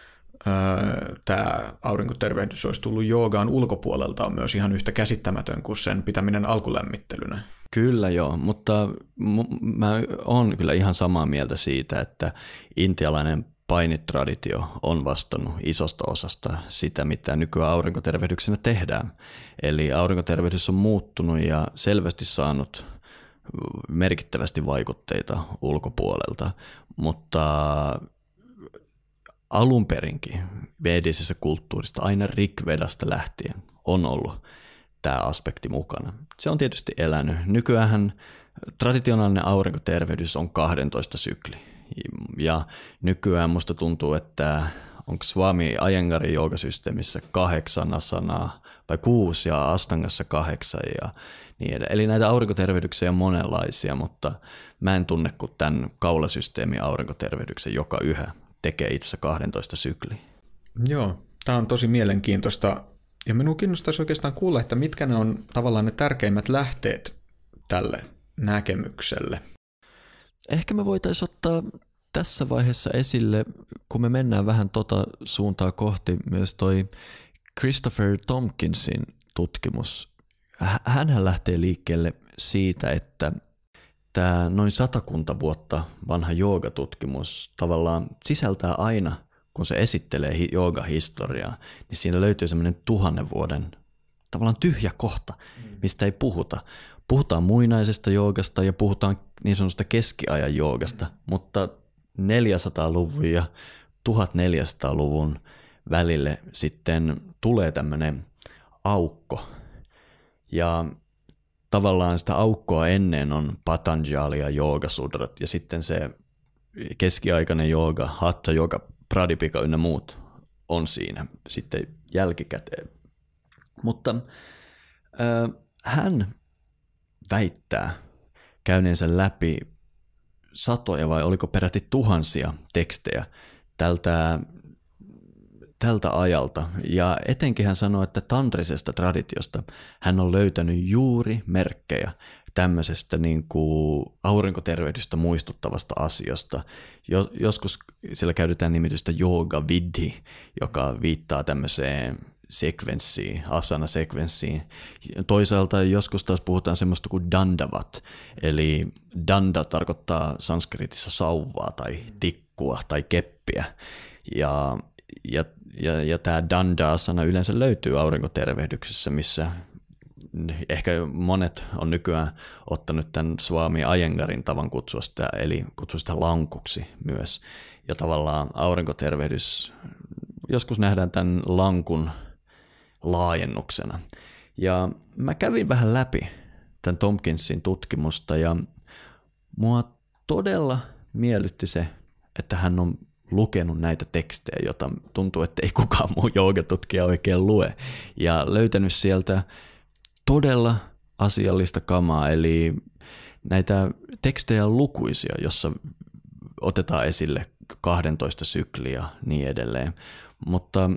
tämä aurinkotervehdys olisi tullut joogaan ulkopuolelta on myös ihan yhtä käsittämätön kuin sen pitäminen alkulämmittelynä. Kyllä joo, mutta mä oon kyllä ihan samaa mieltä siitä, että intialainen painitraditio on vastannut isosta osasta sitä, mitä nykyään aurinkotervehdyksenä tehdään. Eli aurinkotervehdys on muuttunut ja selvästi saanut merkittävästi vaikutteita ulkopuolelta, mutta alun perinkin vedisessä kulttuurista aina Rigvedasta lähtien on ollut tämä aspekti mukana. Se on tietysti elänyt. Nykyäänhän traditionaalinen aurinkotervehdys on kaksitoista sykli. Ja nykyään musta tuntuu, että onko Swami Iyengarin joogasysteemissä kahdeksan asanaa vai kuusi ja Astangassa kahdeksan ja niin edelleen. Eli näitä aurinkotervehdyksiä on monenlaisia, mutta mä en tunne kuin tämän kaulasysteemin aurinkotervehdyksen, joka yhä tekee itse kaksitoista sykliä. Joo, tämä on tosi mielenkiintoista. Ja minua kiinnostaisi oikeastaan kuulla, että mitkä ne on tavallaan ne tärkeimmät lähteet tälle näkemykselle. Ehkä me voitaisiin ottaa tässä vaiheessa esille, kun me mennään vähän tota suuntaa kohti, myös toi Christopher Tompkinsin tutkimus. Hänhän lähtee liikkeelle siitä, että tämä noin satakunta vuotta vanha joogatutkimus tavallaan sisältää aina, kun se esittelee joogahistoriaa, niin siinä löytyy semmoinen tuhannen vuoden tavallaan tyhjä kohta, mistä ei puhuta. Puhutaan muinaisesta joogasta ja puhutaan niin sanotusta keskiajan joogasta, mutta neljäsataaluvun ja tuhatneljäsataaluvun välille sitten tulee tämmöinen aukko. Ja tavallaan sitä aukkoa ennen on Patanjali ja Joogasudrat ja sitten se keskiaikainen jooga, Hatha Yoga, Pradipika ynnä muut on siinä sitten jälkikäteen. Mutta äh, hän väittää käyneensä läpi satoja vai oliko peräti tuhansia tekstejä tältä, tältä ajalta. Ja etenkin hän sanoi, että tantrisesta traditiosta hän on löytänyt juuri merkkejä tämmöisestä niin kuin aurinkoterveydestä muistuttavasta asiasta. Joskus siellä käytetään nimitystä yoga vidhi, joka viittaa tämmöiseen sekvenssiin, asana-sekvenssiin. Toisaalta joskus taas puhutaan semmoista kuin dandavat, eli danda tarkoittaa sanskritissa sauvaa tai tikkua tai keppiä. Ja, ja, ja, ja tämä danda-asana yleensä löytyy aurinkotervehdyksessä, missä ehkä monet on nykyään ottanut tämän Swami Iyengarin tavan kutsua sitä, eli kutsua sitä lankuksi myös. Ja tavallaan aurinkotervehdys joskus nähdään tämän lankun laajennuksena. Ja mä kävin vähän läpi tämän Tompkinsin tutkimusta ja mua todella miellytti se, että hän on lukenut näitä tekstejä, joita tuntuu, että ei kukaan muu joogatutkija oikein lue. Ja löytänyt sieltä todella asiallista kamaa, eli näitä tekstejä on lukuisia, jossa otetaan esille kaksitoista sykliä ja niin edelleen. Mutta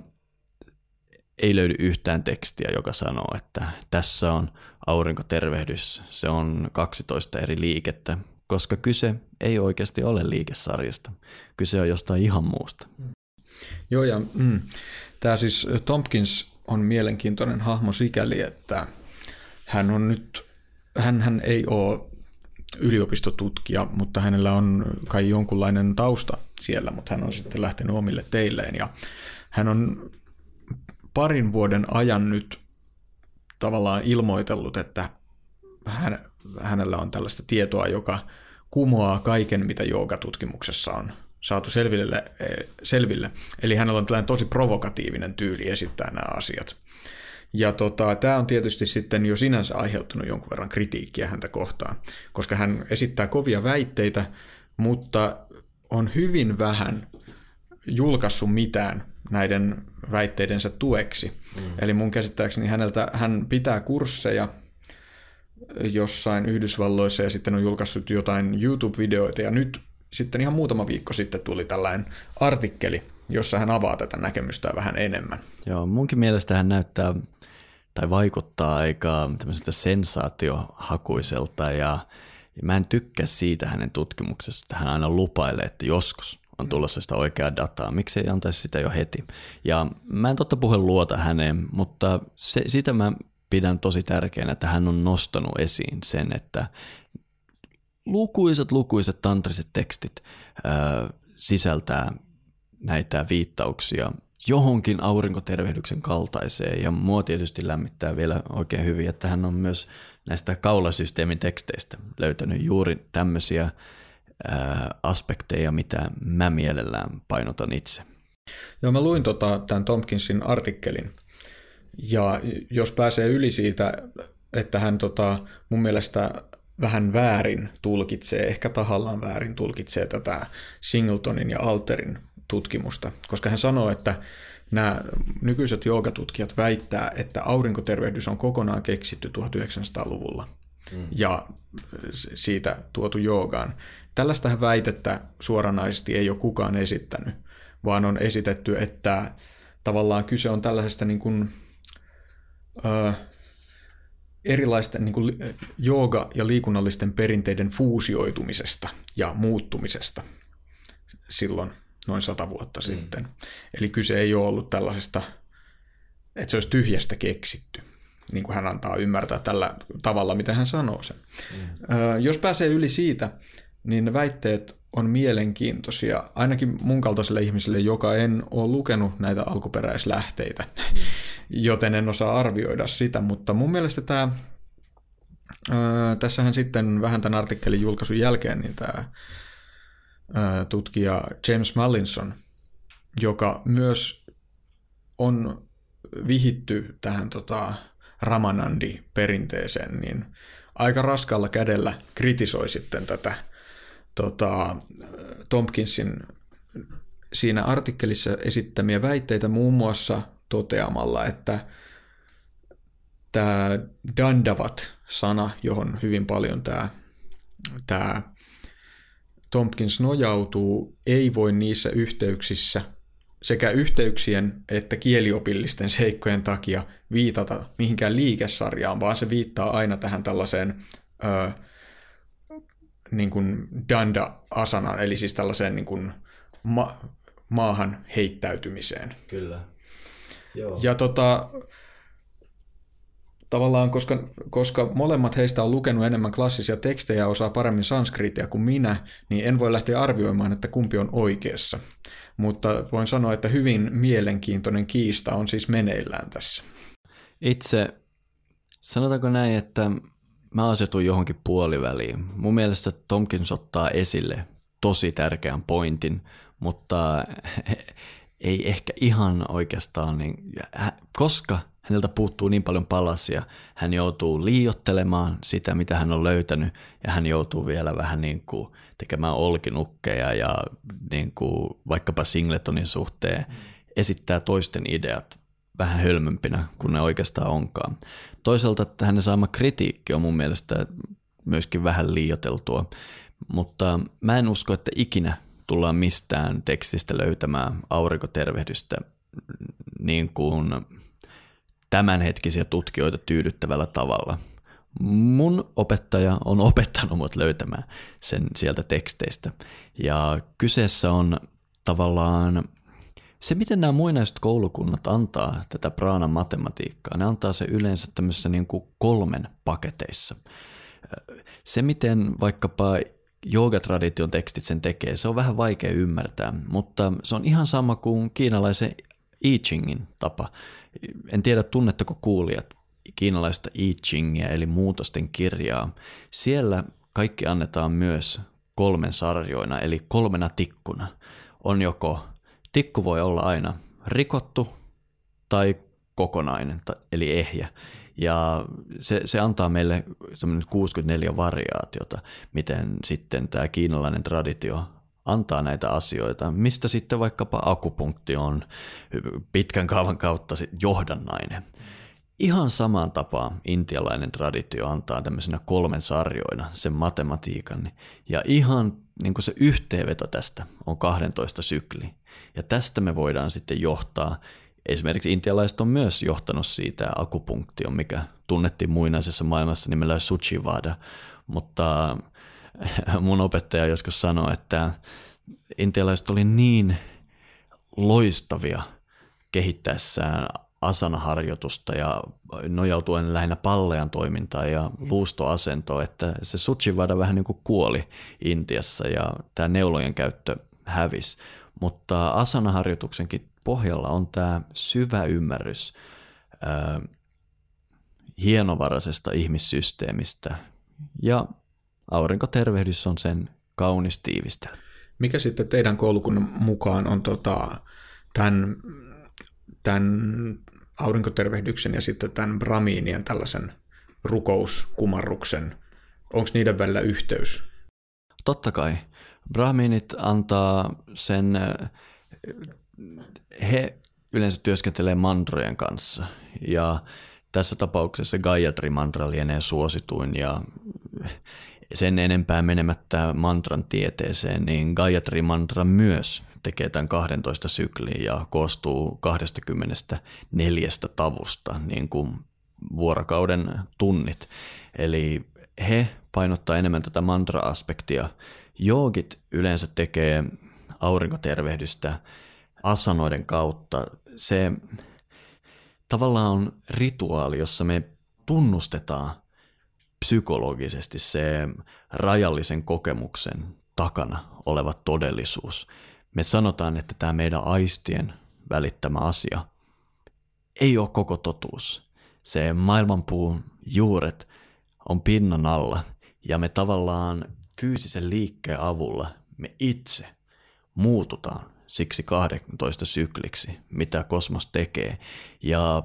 ei löydy yhtään tekstiä, joka sanoo, että tässä on aurinkotervehdys, se on kaksitoista eri liikettä, koska kyse ei oikeasti ole liikesarjasta. Kyse on jostain ihan muusta. Joo, ja mm, tämä siis Tompkins on mielenkiintoinen hahmo sikäli, että hän on nyt, hänhän ei ole yliopistotutkija, mutta hänellä on kai jonkunlainen tausta siellä, mutta hän on sitten lähtenyt omille teilleen, ja hän on parin vuoden ajan nyt tavallaan ilmoitellut, että hän, hänellä on tällaista tietoa, joka kumoaa kaiken, mitä joogatutkimuksessa on saatu selville, selville. Eli hänellä on tällainen tosi provokatiivinen tyyli esittää nämä asiat. Ja tota, tämä on tietysti sitten jo sinänsä aiheuttanut jonkun verran kritiikkiä häntä kohtaan, koska hän esittää kovia väitteitä, mutta on hyvin vähän julkaissut mitään näiden väitteidensä tueksi. Mm. Eli mun käsittääkseni häneltä, hän pitää kursseja jossain Yhdysvalloissa ja sitten on julkaissut jotain YouTube-videoita ja nyt sitten ihan muutama viikko sitten tuli tällainen artikkeli, jossa hän avaa tätä näkemystä vähän enemmän. Joo, munkin mielestä hän näyttää tai vaikuttaa aika tämmöiseltä sensaatiohakuiselta ja mä en tykkää siitä hänen tutkimuksesta, että hän aina lupailee, että joskus on tulossa sitä oikeaa dataa. Miksi ei antaisi sitä jo heti? Ja mä en totta puheen luota häneen, mutta se, sitä mä pidän tosi tärkeänä, että hän on nostanut esiin sen, että lukuisat, lukuisat tantriset tekstit ää, sisältää näitä viittauksia johonkin aurinkotervehdyksen kaltaiseen. Ja mua tietysti lämmittää vielä oikein hyvin, että hän on myös näistä kaulasysteemin teksteistä löytänyt juuri tämmöisiä ää, aspekteja, mitä mä mielellään painotan itse. Joo, mä luin tota, tämän Tompkinsin artikkelin. Ja jos pääsee yli siitä, että hän tota, mun mielestä vähän väärin tulkitsee, ehkä tahallaan väärin tulkitsee tätä Singletonin ja Alterin tutkimusta, koska hän sanoo, että nämä nykyiset joogatutkijat väittää, että aurinkotervehdys on kokonaan keksitty tuhatyhdeksänsataaluvulla mm. ja siitä tuotu joogaan. Tällaistähän väitettä suoranaisesti ei ole kukaan esittänyt, vaan on esitetty, että tavallaan kyse on tällaisesta niin kuin, ö, erilaisten niin kuin jooga- ja liikunnallisten perinteiden fuusioitumisesta ja muuttumisesta silloin noin sata vuotta mm. sitten. Eli kyse ei ole ollut tällaisesta, että se olisi tyhjästä keksitty, niin kuin hän antaa ymmärtää tällä tavalla, mitä hän sanoo sen. Mm. Ö, jos pääsee yli siitä, niin ne väitteet on mielenkiintoisia, ainakin mun kaltaiselle ihmiselle, joka en ole lukenut näitä alkuperäislähteitä, mm. joten en osaa arvioida sitä, mutta mun mielestä tämä, ää, tässähän sitten vähän tämän artikkelin julkaisun jälkeen, niin tämä ää, tutkija James Mallinson, joka myös on vihitty tähän tota, Ramanandi-perinteeseen, niin aika raskalla kädellä kritisoi sitten tätä Tota, Tompkinsin siinä artikkelissa esittämiä väitteitä muun muassa toteamalla, että tämä dandavat-sana, johon hyvin paljon tämä, tämä Tompkins nojautuu, ei voi niissä yhteyksissä sekä yhteyksien että kieliopillisten seikkojen takia viitata mihinkään liikesarjaan, vaan se viittaa aina tähän tällaiseen Öö, niin kuin danda-asanaan, eli siis tällaiseen niin kuin ma- maahan heittäytymiseen. Kyllä. Joo. Ja tota, tavallaan, koska, koska molemmat heistä on lukenut enemmän klassisia tekstejä ja osaa paremmin sanskritia kuin minä, niin en voi lähteä arvioimaan, että kumpi on oikeassa. Mutta voin sanoa, että hyvin mielenkiintoinen kiista on siis meneillään tässä. Itse, sanotaanko näin, että mä asetun johonkin puoliväliin. Mun mielestä Tompkins ottaa esille tosi tärkeän pointin, mutta ei ehkä ihan oikeastaan, niin, koska häneltä puuttuu niin paljon palasia, hän joutuu liioittelemaan sitä, mitä hän on löytänyt, ja hän joutuu vielä vähän niin kuin tekemään olkinukkeja ja niin kuin vaikkapa Singletonin suhteen esittää toisten ideat vähän hölmömpinä kuin ne oikeastaan onkaan. Toisaalta hänen saama kritiikki on mun mielestä myöskin vähän liioiteltua, mutta mä en usko, että ikinä tullaan mistään tekstistä löytämään aurinkotervehdystä niin kuin tämänhetkisiä tutkijoita tyydyttävällä tavalla. Mun opettaja on opettanut mut löytämään sen sieltä teksteistä. Ja kyseessä on tavallaan se, miten nämä muinaiset koulukunnat antaa tätä praanan matematiikkaa. Ne antaa se yleensä tämmöisessä niin kuin kolmen paketeissa. Se, miten vaikkapa joogatradition tekstit sen tekee, se on vähän vaikea ymmärtää, mutta se on ihan sama kuin kiinalaisen I Chingin tapa. En tiedä, tunnetteko kuulijat kiinalaista I Chingia, eli muutosten kirjaa. Siellä kaikki annetaan myös kolmen sarjoina, eli kolmena tikkuna. On joko, tikku voi olla aina rikottu tai kokonainen, eli ehjä. Ja se, se antaa meille kuusikymmentäneljä variaatiota, miten sitten tämä kiinalainen traditio antaa näitä asioita, mistä sitten vaikkapa akupunkti on pitkän kaavan kautta johdannainen. Ihan samaan tapaan intialainen traditio antaa tämmöisenä kolmen sarjoina sen matematiikan, ja ihan niin kuin se yhteenveto tästä on kaksitoista sykli. Ja tästä me voidaan sitten johtaa, esimerkiksi intialaiset on myös johtanut siitä akupunktioon, mikä tunnettiin muinaisessa maailmassa nimellä Suchivada, mutta mun opettaja joskus sanoi, että intialaiset oli niin loistavia kehittäessään asanaharjoitusta ja nojautuen lähinnä pallean toimintaan ja luustoasentoon, että se Suchivada vähän niin kuin kuoli Intiassa ja tämä neulojen käyttö hävisi. Mutta asanaharjoituksenkin pohjalla on tämä syvä ymmärrys ää, hienovaraisesta ihmissysteemistä, ja aurinkotervehdys on sen kaunis tiivistelmä. Mikä sitten teidän koulukunnan mukaan on tota, tämän, tämän aurinkotervehdyksen ja sitten tämän brahmiinien tällaisen rukouskumarruksen, onko niiden välillä yhteys? Totta kai. Brahminit antaa sen, he yleensä työskentelee mantrojen kanssa, ja tässä tapauksessa Gayatri mantra lienee suosituin, ja sen enempää menemättä mantran tieteeseen, niin Gayatri mantra myös tekee tämän kaksitoista sykliin ja koostuu kaksikymmentäneljä tavusta, niin kuin vuorokauden tunnit. Eli he painottaa enemmän tätä mantra-aspektia. Joogit yleensä tekee aurinkotervehdystä asanoiden kautta. Se tavallaan on rituaali, jossa me tunnustetaan psykologisesti se rajallisen kokemuksen takana oleva todellisuus. Me sanotaan, että tämä meidän aistien välittämä asia ei ole koko totuus. Se maailmanpuun juuret on pinnan alla, ja me tavallaan fyysisen liikkeen avulla me itse muututaan siksi kaksitoista sykliksi, mitä kosmos tekee. Ja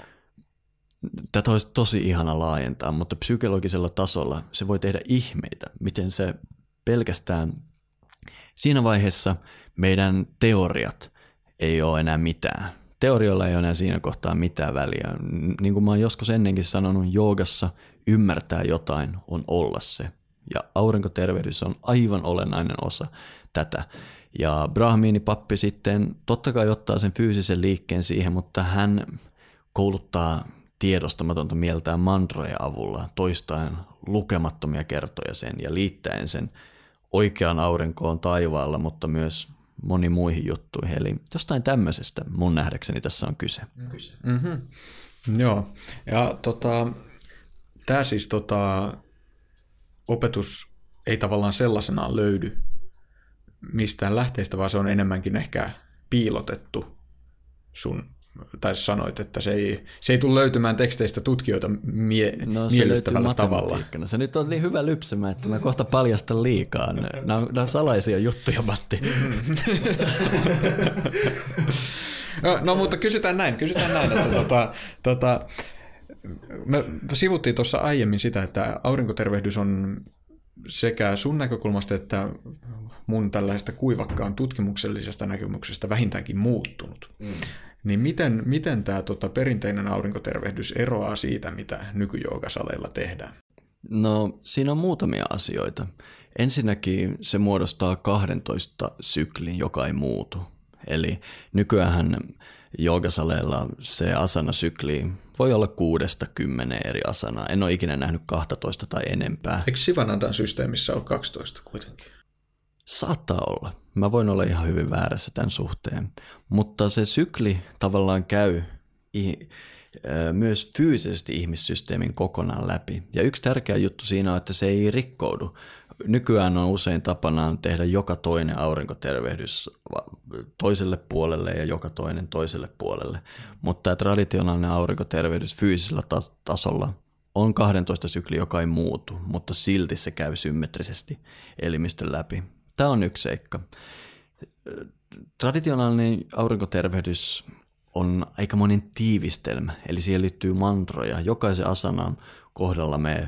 tätä olisi tosi ihana laajentaa, mutta psykologisella tasolla se voi tehdä ihmeitä, miten se pelkästään siinä vaiheessa meidän teoriat ei ole enää mitään. Teorioilla ei ole enää siinä kohtaa mitään väliä. Niin kuin mä oon joskus ennenkin sanonut, joogassa ymmärtää jotain on olla se. Ja aurinkotervehdys on aivan olennainen osa tätä. Ja brahmiinipappi sitten totta kai ottaa sen fyysisen liikkeen siihen, mutta hän kouluttaa tiedostamatonta mieltään mantrojen avulla, toistaen lukemattomia kertoja sen ja liittäen sen oikeaan aurinkoon taivaalla, mutta myös moni muihin juttuihin. Eli jostain tämmöisestä mun nähdäkseni tässä on kyse. Mm-hmm. Joo, ja tota, tämä siis tota, opetus ei tavallaan sellaisenaan löydy mistään lähteistä, vaan se on enemmänkin ehkä piilotettu sun tai sanoit, että se ei, se ei tule löytymään teksteistä tutkijoita mie- no, se miellyttävällä tavalla. Se nyt on niin hyvä lypsämä, että mä kohta paljastan liikaa. Nämä on, nämä on salaisia juttuja, Matti. no, no, mutta kysytään näin, kysytään näin, että tota, tota, me sivuttiin tuossa aiemmin sitä, että aurinkotervehdys on sekä sun näkökulmasta että mun tällaisesta kuivakkaan tutkimuksellisesta näkemyksestä vähintäänkin muuttunut. Mm. Niin miten, miten tämä tota, perinteinen aurinkotervehdys eroaa siitä, mitä nykyjoogasaleilla tehdään? No, siinä on muutamia asioita. Ensinnäkin se muodostaa kahdentoista syklin, joka ei muutu. Eli nykyään joogasaleilla se asana-sykli voi olla kuudesta kymmeneen eri asanaa. En ole ikinä nähnyt kaksitoista tai enempää. Eikö Sivanandan systeemissä ole kaksitoista kuitenkin? Saattaa olla. Mä voin olla ihan hyvin väärässä tämän suhteen. Mutta se sykli tavallaan käy myös fyysisesti ihmissysteemin kokonaan läpi. Ja yksi tärkeä juttu siinä on, että se ei rikkoudu. Nykyään on usein tapanaan tehdä joka toinen aurinkotervehdys toiselle puolelle ja joka toinen toiselle puolelle. Mutta tämä traditionaalinen aurinkotervehdys fyysisellä tasolla on kahdentoista sykli, joka ei muutu, mutta silti se käy symmetrisesti elimistön läpi. Tämä on yksi seikka. Traditionaalinen aurinkotervehdys on aikamoinen tiivistelmä, eli siihen liittyy mantroja. Jokaisen asanan kohdalla me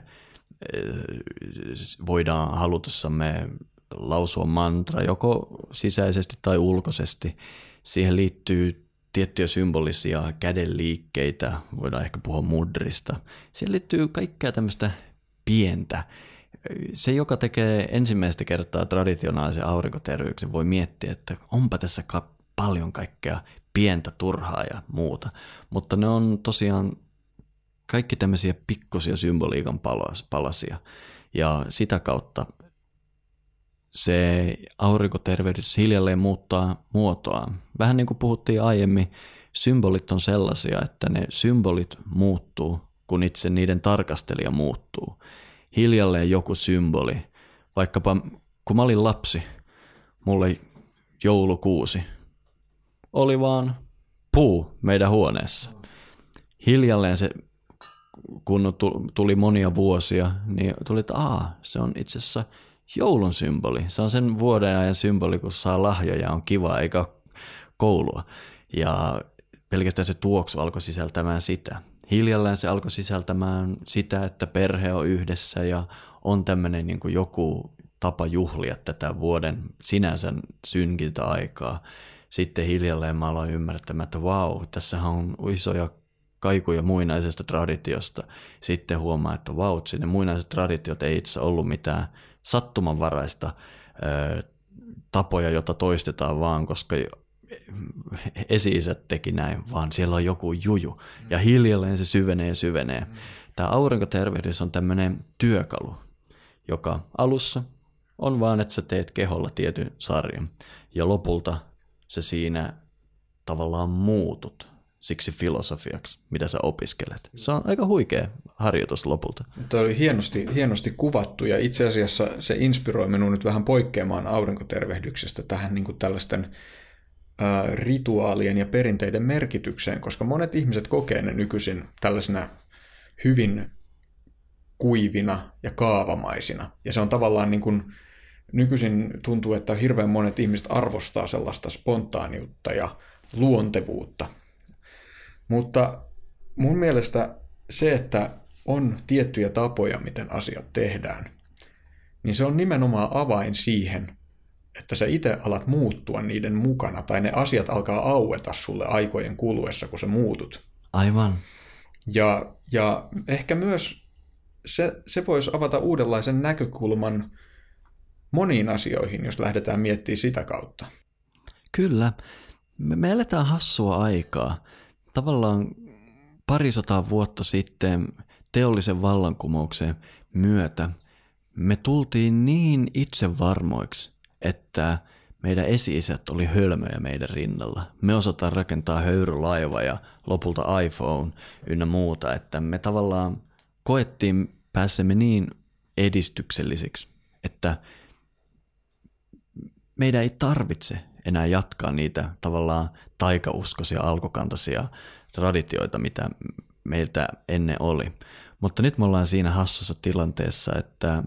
voidaan halutessamme lausua mantra joko sisäisesti tai ulkoisesti. Siihen liittyy tiettyjä symbolisia kädenliikkeitä, voidaan ehkä puhua mudrista. Siihen liittyy kaikkea tämmöistä pientä. Se, joka tekee ensimmäistä kertaa traditionaalisen aurinkoterveyksen, voi miettiä, että onpa tässä ka- paljon kaikkea pientä, turhaa ja muuta. Mutta ne on tosiaan kaikki tämmöisiä pikkusia symboliikan palasia. Ja sitä kautta se aurinkotervehdys hiljalleen muuttaa muotoaan. Vähän niin kuin puhuttiin aiemmin, symbolit on sellaisia, että ne symbolit muuttuu, kun itse niiden tarkastelija muuttuu. Hiljalleen joku symboli, vaikkapa kun mä olin lapsi, mulle joulukuusi oli vaan puu meidän huoneessa. Hiljalleen se, kun tuli monia vuosia, niin tuli, että aa, se on itse asiassa joulun symboli. Se on sen vuoden ajan symboli, kun saa lahjoja, on kiva, eikä ole koulua. Ja pelkästään se tuoksu alkoi sisältämään sitä. Hiljalleen se alkoi sisältämään sitä, että perhe on yhdessä ja on tämmöinen niin kuin joku tapa juhlia tätä vuoden sinänsä synkintä aikaa. Sitten hiljalleen mä aloin ymmärtämään, että vau, tässähän on isoja kaikuja muinaisesta traditiosta. Sitten huomaa, että vau, sinne muinaiset traditiot ei itse ollut mitään sattumanvaraista ö, tapoja, jota toistetaan vaan, koska esi-isät teki näin, vaan siellä on joku juju. Ja hiljalleen se syvenee ja syvenee. Tämä aurinkotervehdys on tämmöinen työkalu, joka alussa on vaan, että sä teet keholla tietyn sarjan. Ja lopulta se siinä tavallaan muutut siksi filosofiaksi, mitä sä opiskelet. Se on aika huikea harjoitus lopulta. Tuo oli hienosti, hienosti kuvattu ja itse asiassa se inspiroi minua nyt vähän poikkeamaan aurinkotervehdyksestä tähän niin kuin tällaisten ä, rituaalien ja perinteiden merkitykseen, koska monet ihmiset kokee ne nykyisin tällaisena hyvin kuivina ja kaavamaisina. Ja se on tavallaan niin kuin, nykyisin tuntuu, että hirveän monet ihmiset arvostaa sellaista spontaaniutta ja luontevuutta. Mutta mun mielestä se, että on tiettyjä tapoja, miten asiat tehdään, niin se on nimenomaan avain siihen, että sä itse alat muuttua niiden mukana, tai ne asiat alkaa aueta sulle aikojen kuluessa, kun sä muutut. Aivan. Ja, ja ehkä myös se, se voisi avata uudenlaisen näkökulman moniin asioihin, jos lähdetään miettimään sitä kautta. Kyllä. Me, me eletään hassua aikaa. Tavallaan parisataa vuotta sitten teollisen vallankumouksen myötä me tultiin niin itsevarmoiksi, että meidän esi-isät oli hölmöjä meidän rinnalla. Me osataan rakentaa höyrylaiva ja lopulta iPhone ynnä muuta, että me tavallaan koettiin pääsemme niin edistyksellisiksi, että meidän ei tarvitse enää jatkaa niitä tavallaan taikauskoisia, alkukantaisia traditioita, mitä meiltä ennen oli. Mutta nyt me ollaan siinä hassussa tilanteessa, että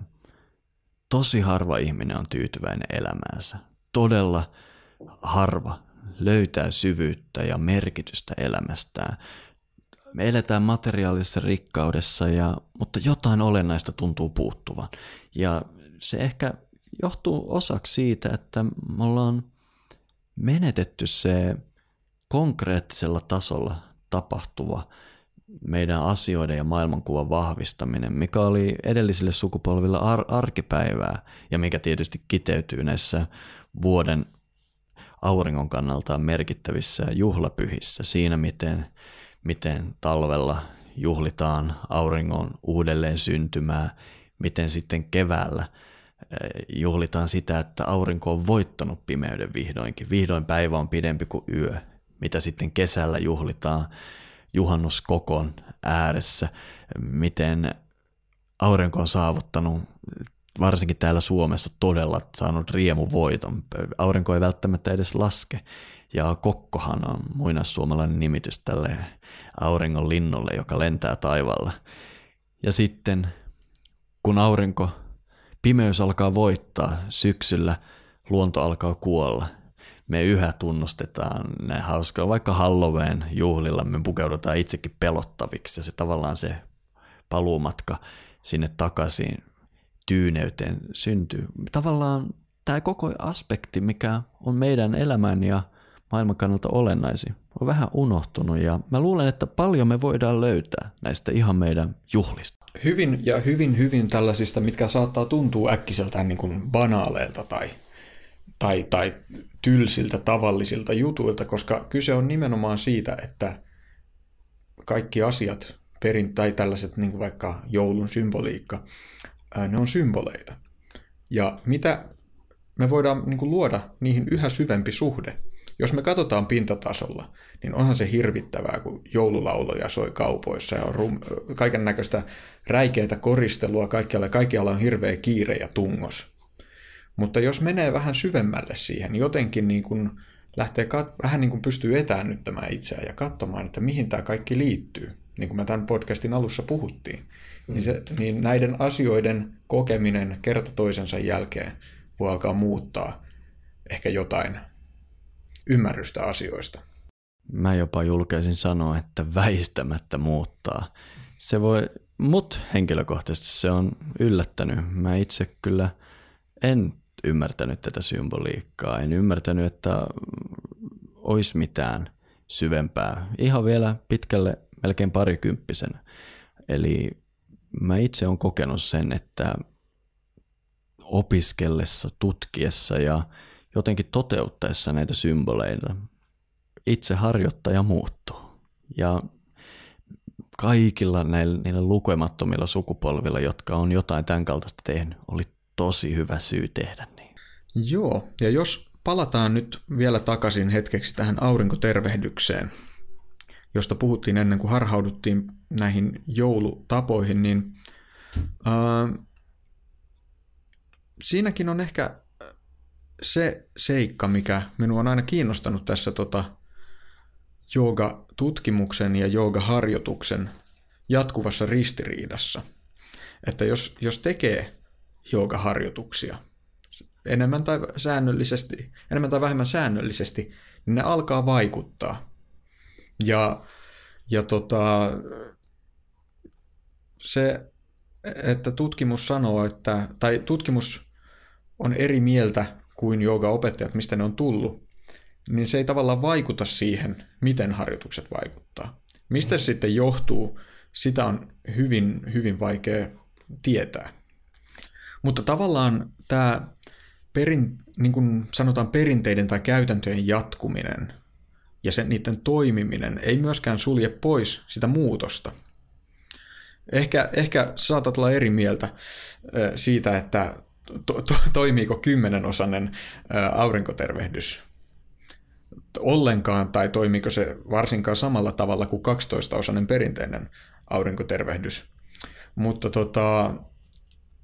tosi harva ihminen on tyytyväinen elämäänsä. Todella harva löytää syvyyttä ja merkitystä elämästään. Me eletään materiaalisessa rikkaudessa, ja, mutta jotain olennaista tuntuu puuttuvan. Ja se ehkä johtuu osaksi siitä, että me ollaan menetetty se konkreettisella tasolla tapahtuva meidän asioiden ja maailmankuvan vahvistaminen, mikä oli edellisille sukupolville ar- arkipäivää ja mikä tietysti kiteytyy näissä vuoden auringon kannalta merkittävissä juhlapyhissä siinä, miten, miten talvella juhlitaan auringon uudelleen syntymää, miten sitten keväällä juhlitaan sitä, että aurinko on voittanut pimeyden vihdoinkin. Vihdoin päivä on pidempi kuin yö, mitä sitten kesällä juhlitaan juhannuskokon ääressä, miten aurinko on saavuttanut, varsinkin täällä Suomessa, todella saanut riemuvoiton. Aurinko ei välttämättä edes laske, ja kokkohan on muinaissuomalainen nimitys tälle auringon linnulle, joka lentää taivaalla. Ja sitten, kun aurinko, pimeys alkaa voittaa, syksyllä luonto alkaa kuolla. Me yhä tunnustetaan ne hauskaa, vaikka Halloween juhlilla me pukeudutaan itsekin pelottaviksi ja se tavallaan se paluumatka sinne takaisin tyyneyteen syntyy. Tavallaan tämä koko aspekti, mikä on meidän elämän ja maailman kannalta olennaisin, on vähän unohtunut ja mä luulen, että paljon me voidaan löytää näistä ihan meidän juhlista. Hyvin ja hyvin hyvin tällaisista, mitkä saattaa tuntua äkkiseltään niin kuin banaaleilta tai Tai, tai tylsiltä tavallisilta jutuilta, koska kyse on nimenomaan siitä, että kaikki asiat, perin, tai tällaiset niin kuin vaikka joulun symboliikka, ää, ne on symboleita. Ja mitä me voidaan niin kuin luoda niihin yhä syvempi suhde. Jos me katsotaan pintatasolla, niin onhan se hirvittävää, kun joululauloja soi kaupoissa ja on rum, kaiken näköistä räikeätä koristelua, kaikkialla, kaikkialla on hirveä kiire ja tungos. Mutta jos menee vähän syvemmälle siihen, jotenkin niin kuin lähtee kat- vähän niin kuin pystyy etäännyttämään itseään ja katsomaan, että mihin tämä kaikki liittyy, niin kuin me tämän podcastin alussa puhuttiin, mm. niin, se, niin näiden asioiden kokeminen kerta toisensa jälkeen voi alkaa muuttaa ehkä jotain ymmärrystä asioista. Mä jopa julkaisin sanoa, että väistämättä muuttaa. Se voi, mut henkilökohtaisesti se on yllättänyt. Mä itse kyllä en ymmärtänyt tätä symboliikkaa. En ymmärtänyt, että olisi mitään syvempää. Ihan vielä pitkälle, melkein parikymppisenä. Eli mä itse olen kokenut sen, että opiskellessa, tutkiessa ja jotenkin toteuttaessa näitä symboleita itse harjoittaja muuttuu. Ja kaikilla näillä, niillä lukemattomilla sukupolvilla, jotka on jotain tämän kaltaista tehnyt, oli tosi hyvä syy tehdä niin. Joo, ja jos palataan nyt vielä takaisin hetkeksi tähän aurinkotervehdykseen, josta puhuttiin ennen kuin harhauduttiin näihin joulutapoihin, niin äh, siinäkin on ehkä se seikka, mikä minua on aina kiinnostanut tässä tota, joogatutkimuksen ja joogaharjoituksen jatkuvassa ristiriidassa. Että jos, jos tekee joogaharjoituksia enemmän tai säännöllisesti, enemmän tai vähemmän säännöllisesti, niin ne alkaa vaikuttaa. Ja, ja tota, se, että tutkimus sanoo, että, tai tutkimus on eri mieltä kuin joogaopettajat, mistä ne on tullut, niin se ei tavallaan vaikuta siihen, miten harjoitukset vaikuttaa. Mistä se sitten johtuu, sitä on hyvin, hyvin vaikea tietää. Mutta tavallaan tämä perin, niin kuin sanotaan perinteiden tai käytäntöjen jatkuminen ja sen, niiden toimiminen ei myöskään sulje pois sitä muutosta. Ehkä, ehkä saatat olla eri mieltä siitä, että to, to, toimiiko kymmenenosainen aurinkotervehdys ollenkaan tai toimiiko se varsinkaan samalla tavalla kuin kaksitoistaosainen perinteinen aurinkotervehdys. Mutta tota,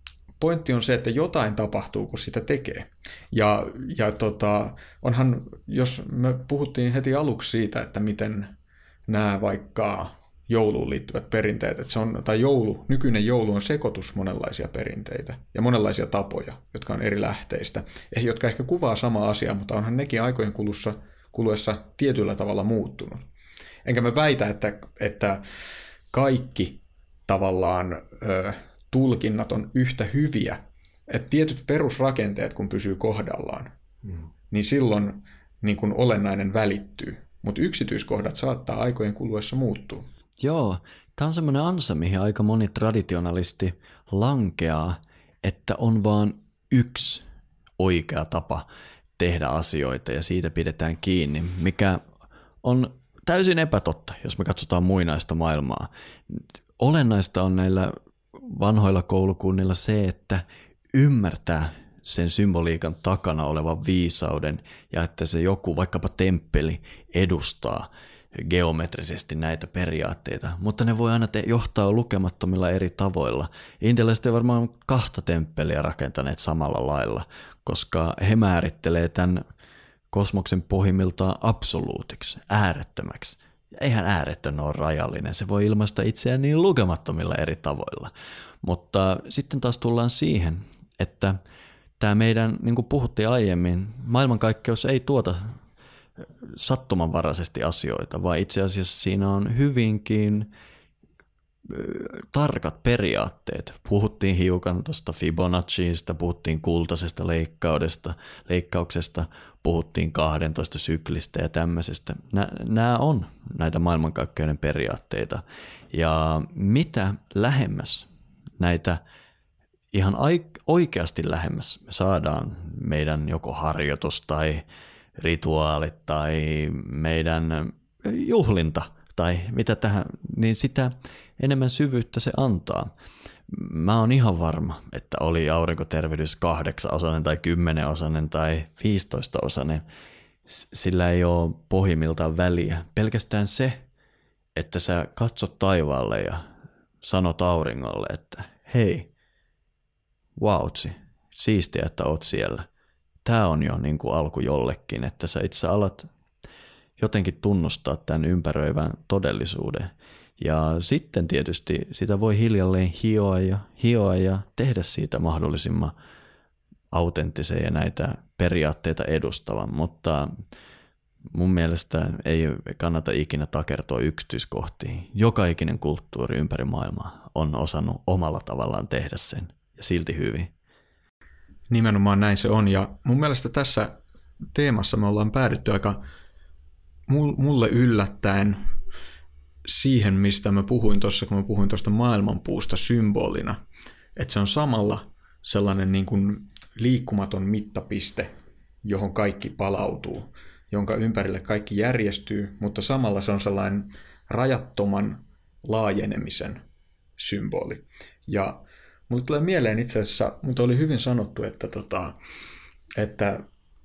pointti on se, että jotain tapahtuu, kun sitä tekee. Ja, ja tota, onhan, jos me puhuttiin heti aluksi siitä, että miten nämä vaikka jouluun liittyvät perinteet, että se on, tai joulu, nykyinen joulu on sekoitus monenlaisia perinteitä ja monenlaisia tapoja, jotka on eri lähteistä, jotka ehkä kuvaa samaa asiaa, mutta onhan nekin aikojen kulussa, kuluessa tietyllä tavalla muuttunut. Enkä mä väitä, että, että kaikki tavallaan ö, tulkinnat on yhtä hyviä, että tietyt perusrakenteet, kun pysyy kohdallaan, mm. niin silloin niin kun olennainen välittyy, mutta yksityiskohdat saattaa aikojen kuluessa muuttua. Joo, tämä on semmoinen ansa, mihin aika moni traditionalisti lankeaa, että on vaan yksi oikea tapa tehdä asioita ja siitä pidetään kiinni, mikä on täysin epätotta, jos me katsotaan muinaista maailmaa. Olennaista on näillä vanhoilla koulukunnilla se, että ymmärtää sen symboliikan takana olevan viisauden ja että se joku, vaikkapa temppeli, edustaa geometrisesti näitä periaatteita, mutta ne voi aina te- johtaa lukemattomilla eri tavoilla. Intialaiset ei varmaan kahta temppeliä rakentaneet samalla lailla, koska he määrittelee tämän kosmoksen pohjimmiltaan absoluutiksi, äärettömäksi. Ja eihän äärettön ole rajallinen, se voi ilmaista itseään niin lukemattomilla eri tavoilla. Mutta sitten taas tullaan siihen, että tämä meidän, niin kuin puhuttiin aiemmin, maailmankaikkeus ei tuota sattumanvaraisesti asioita, vaan itse asiassa siinä on hyvinkin tarkat periaatteet. Puhuttiin hiukan tuosta Fibonacciista, puhuttiin kultaisesta leikkaudesta, leikkauksesta, puhuttiin kahdentoista syklistä ja tämmöisestä. Nämä on näitä maailmankaikkeuden periaatteita. Ja mitä lähemmäs näitä ihan oikeasti lähemmäs me saadaan meidän joko harjoitus tai rituaalit tai meidän juhlinta tai mitä tähän, niin sitä enemmän syvyyttä se antaa. Mä oon ihan varma, että oli aurinkotervehdys kahdeksaosainen tai kymmenenosainen tai viisitoistaosainen, sillä ei ole pohjimmiltaan väliä. Pelkästään se, että sä katsot taivaalle ja sanot auringolle, että hei, vautsi, siistiä, että oot siellä. Tämä on jo niin kuin alku jollekin, että sä itse alat jotenkin tunnustaa tämän ympäröivän todellisuuden. Ja sitten tietysti sitä voi hiljalleen hioa ja hioa ja tehdä siitä mahdollisimman autenttisen ja näitä periaatteita edustavan, mutta mun mielestä ei kannata ikinä takertua yksityiskohtiin. Joka ikinen kulttuuri ympäri maailmaa on osannut omalla tavallaan tehdä sen ja silti hyvin. Nimenomaan näin se on, ja mun mielestä tässä teemassa me ollaan päädytty aika mulle yllättäen siihen, mistä mä puhuin tuossa, kun mä puhuin tuosta maailmanpuusta symbolina, että se on samalla sellainen niin kuin liikkumaton mittapiste, johon kaikki palautuu, jonka ympärille kaikki järjestyy, mutta samalla se on sellainen rajattoman laajenemisen symboli. Ja mulle tulee mieleen itse asiassa, mutta oli hyvin sanottu, että, tota, että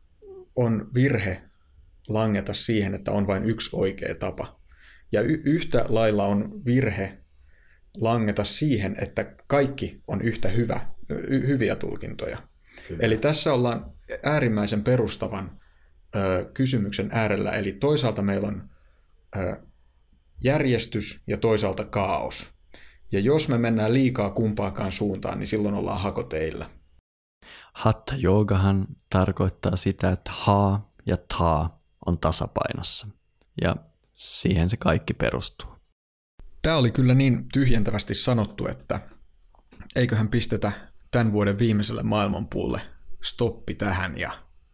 on virhe langeta siihen, että on vain yksi oikea tapa. Ja y- yhtä lailla on virhe langeta siihen, että kaikki on yhtä hyvä, y- hyviä tulkintoja. Kyllä. Eli tässä ollaan äärimmäisen perustavan ö, kysymyksen äärellä. Eli toisaalta meillä on ö, järjestys ja toisaalta kaos. Ja jos me mennään liikaa kumpaakaan suuntaan, niin silloin ollaan hakoteillä. Hatha joogahan tarkoittaa sitä, että ha ja ta on tasapainossa. Ja siihen se kaikki perustuu. Tämä oli kyllä niin tyhjentävästi sanottu, että eiköhän pistetä tämän vuoden viimeiselle maailmanpuulle stoppi tähän. Ja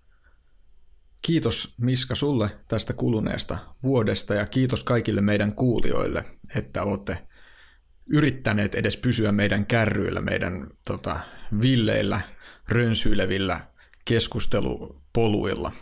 kiitos Miska sulle tästä kuluneesta vuodesta ja kiitos kaikille meidän kuulijoille, että olette yrittäneet edes pysyä meidän kärryillä, meidän tota, villeillä, rönsyilevillä keskustelupoluilla.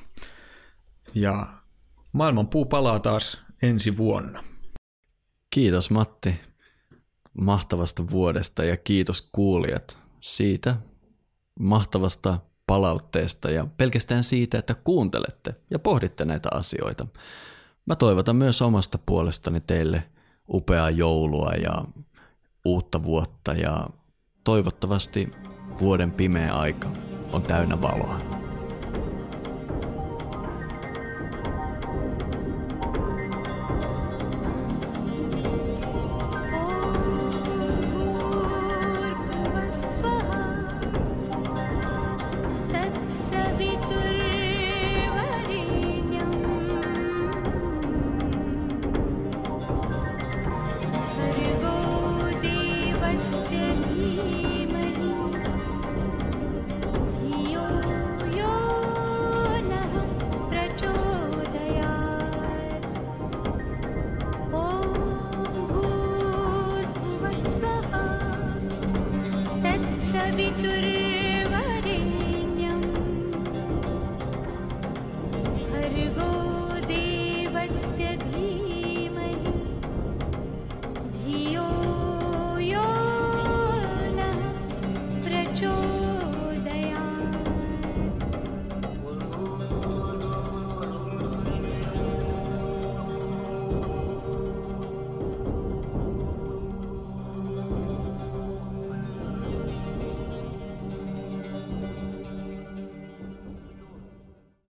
Ja maailmanpuu palaa taas ensi vuonna. Kiitos Matti mahtavasta vuodesta ja kiitos kuulijat siitä mahtavasta palautteesta ja pelkästään siitä, että kuuntelette ja pohditte näitä asioita. Mä toivotan myös omasta puolestani teille upeaa joulua ja uutta vuotta ja toivottavasti vuoden pimeä aika on täynnä valoa.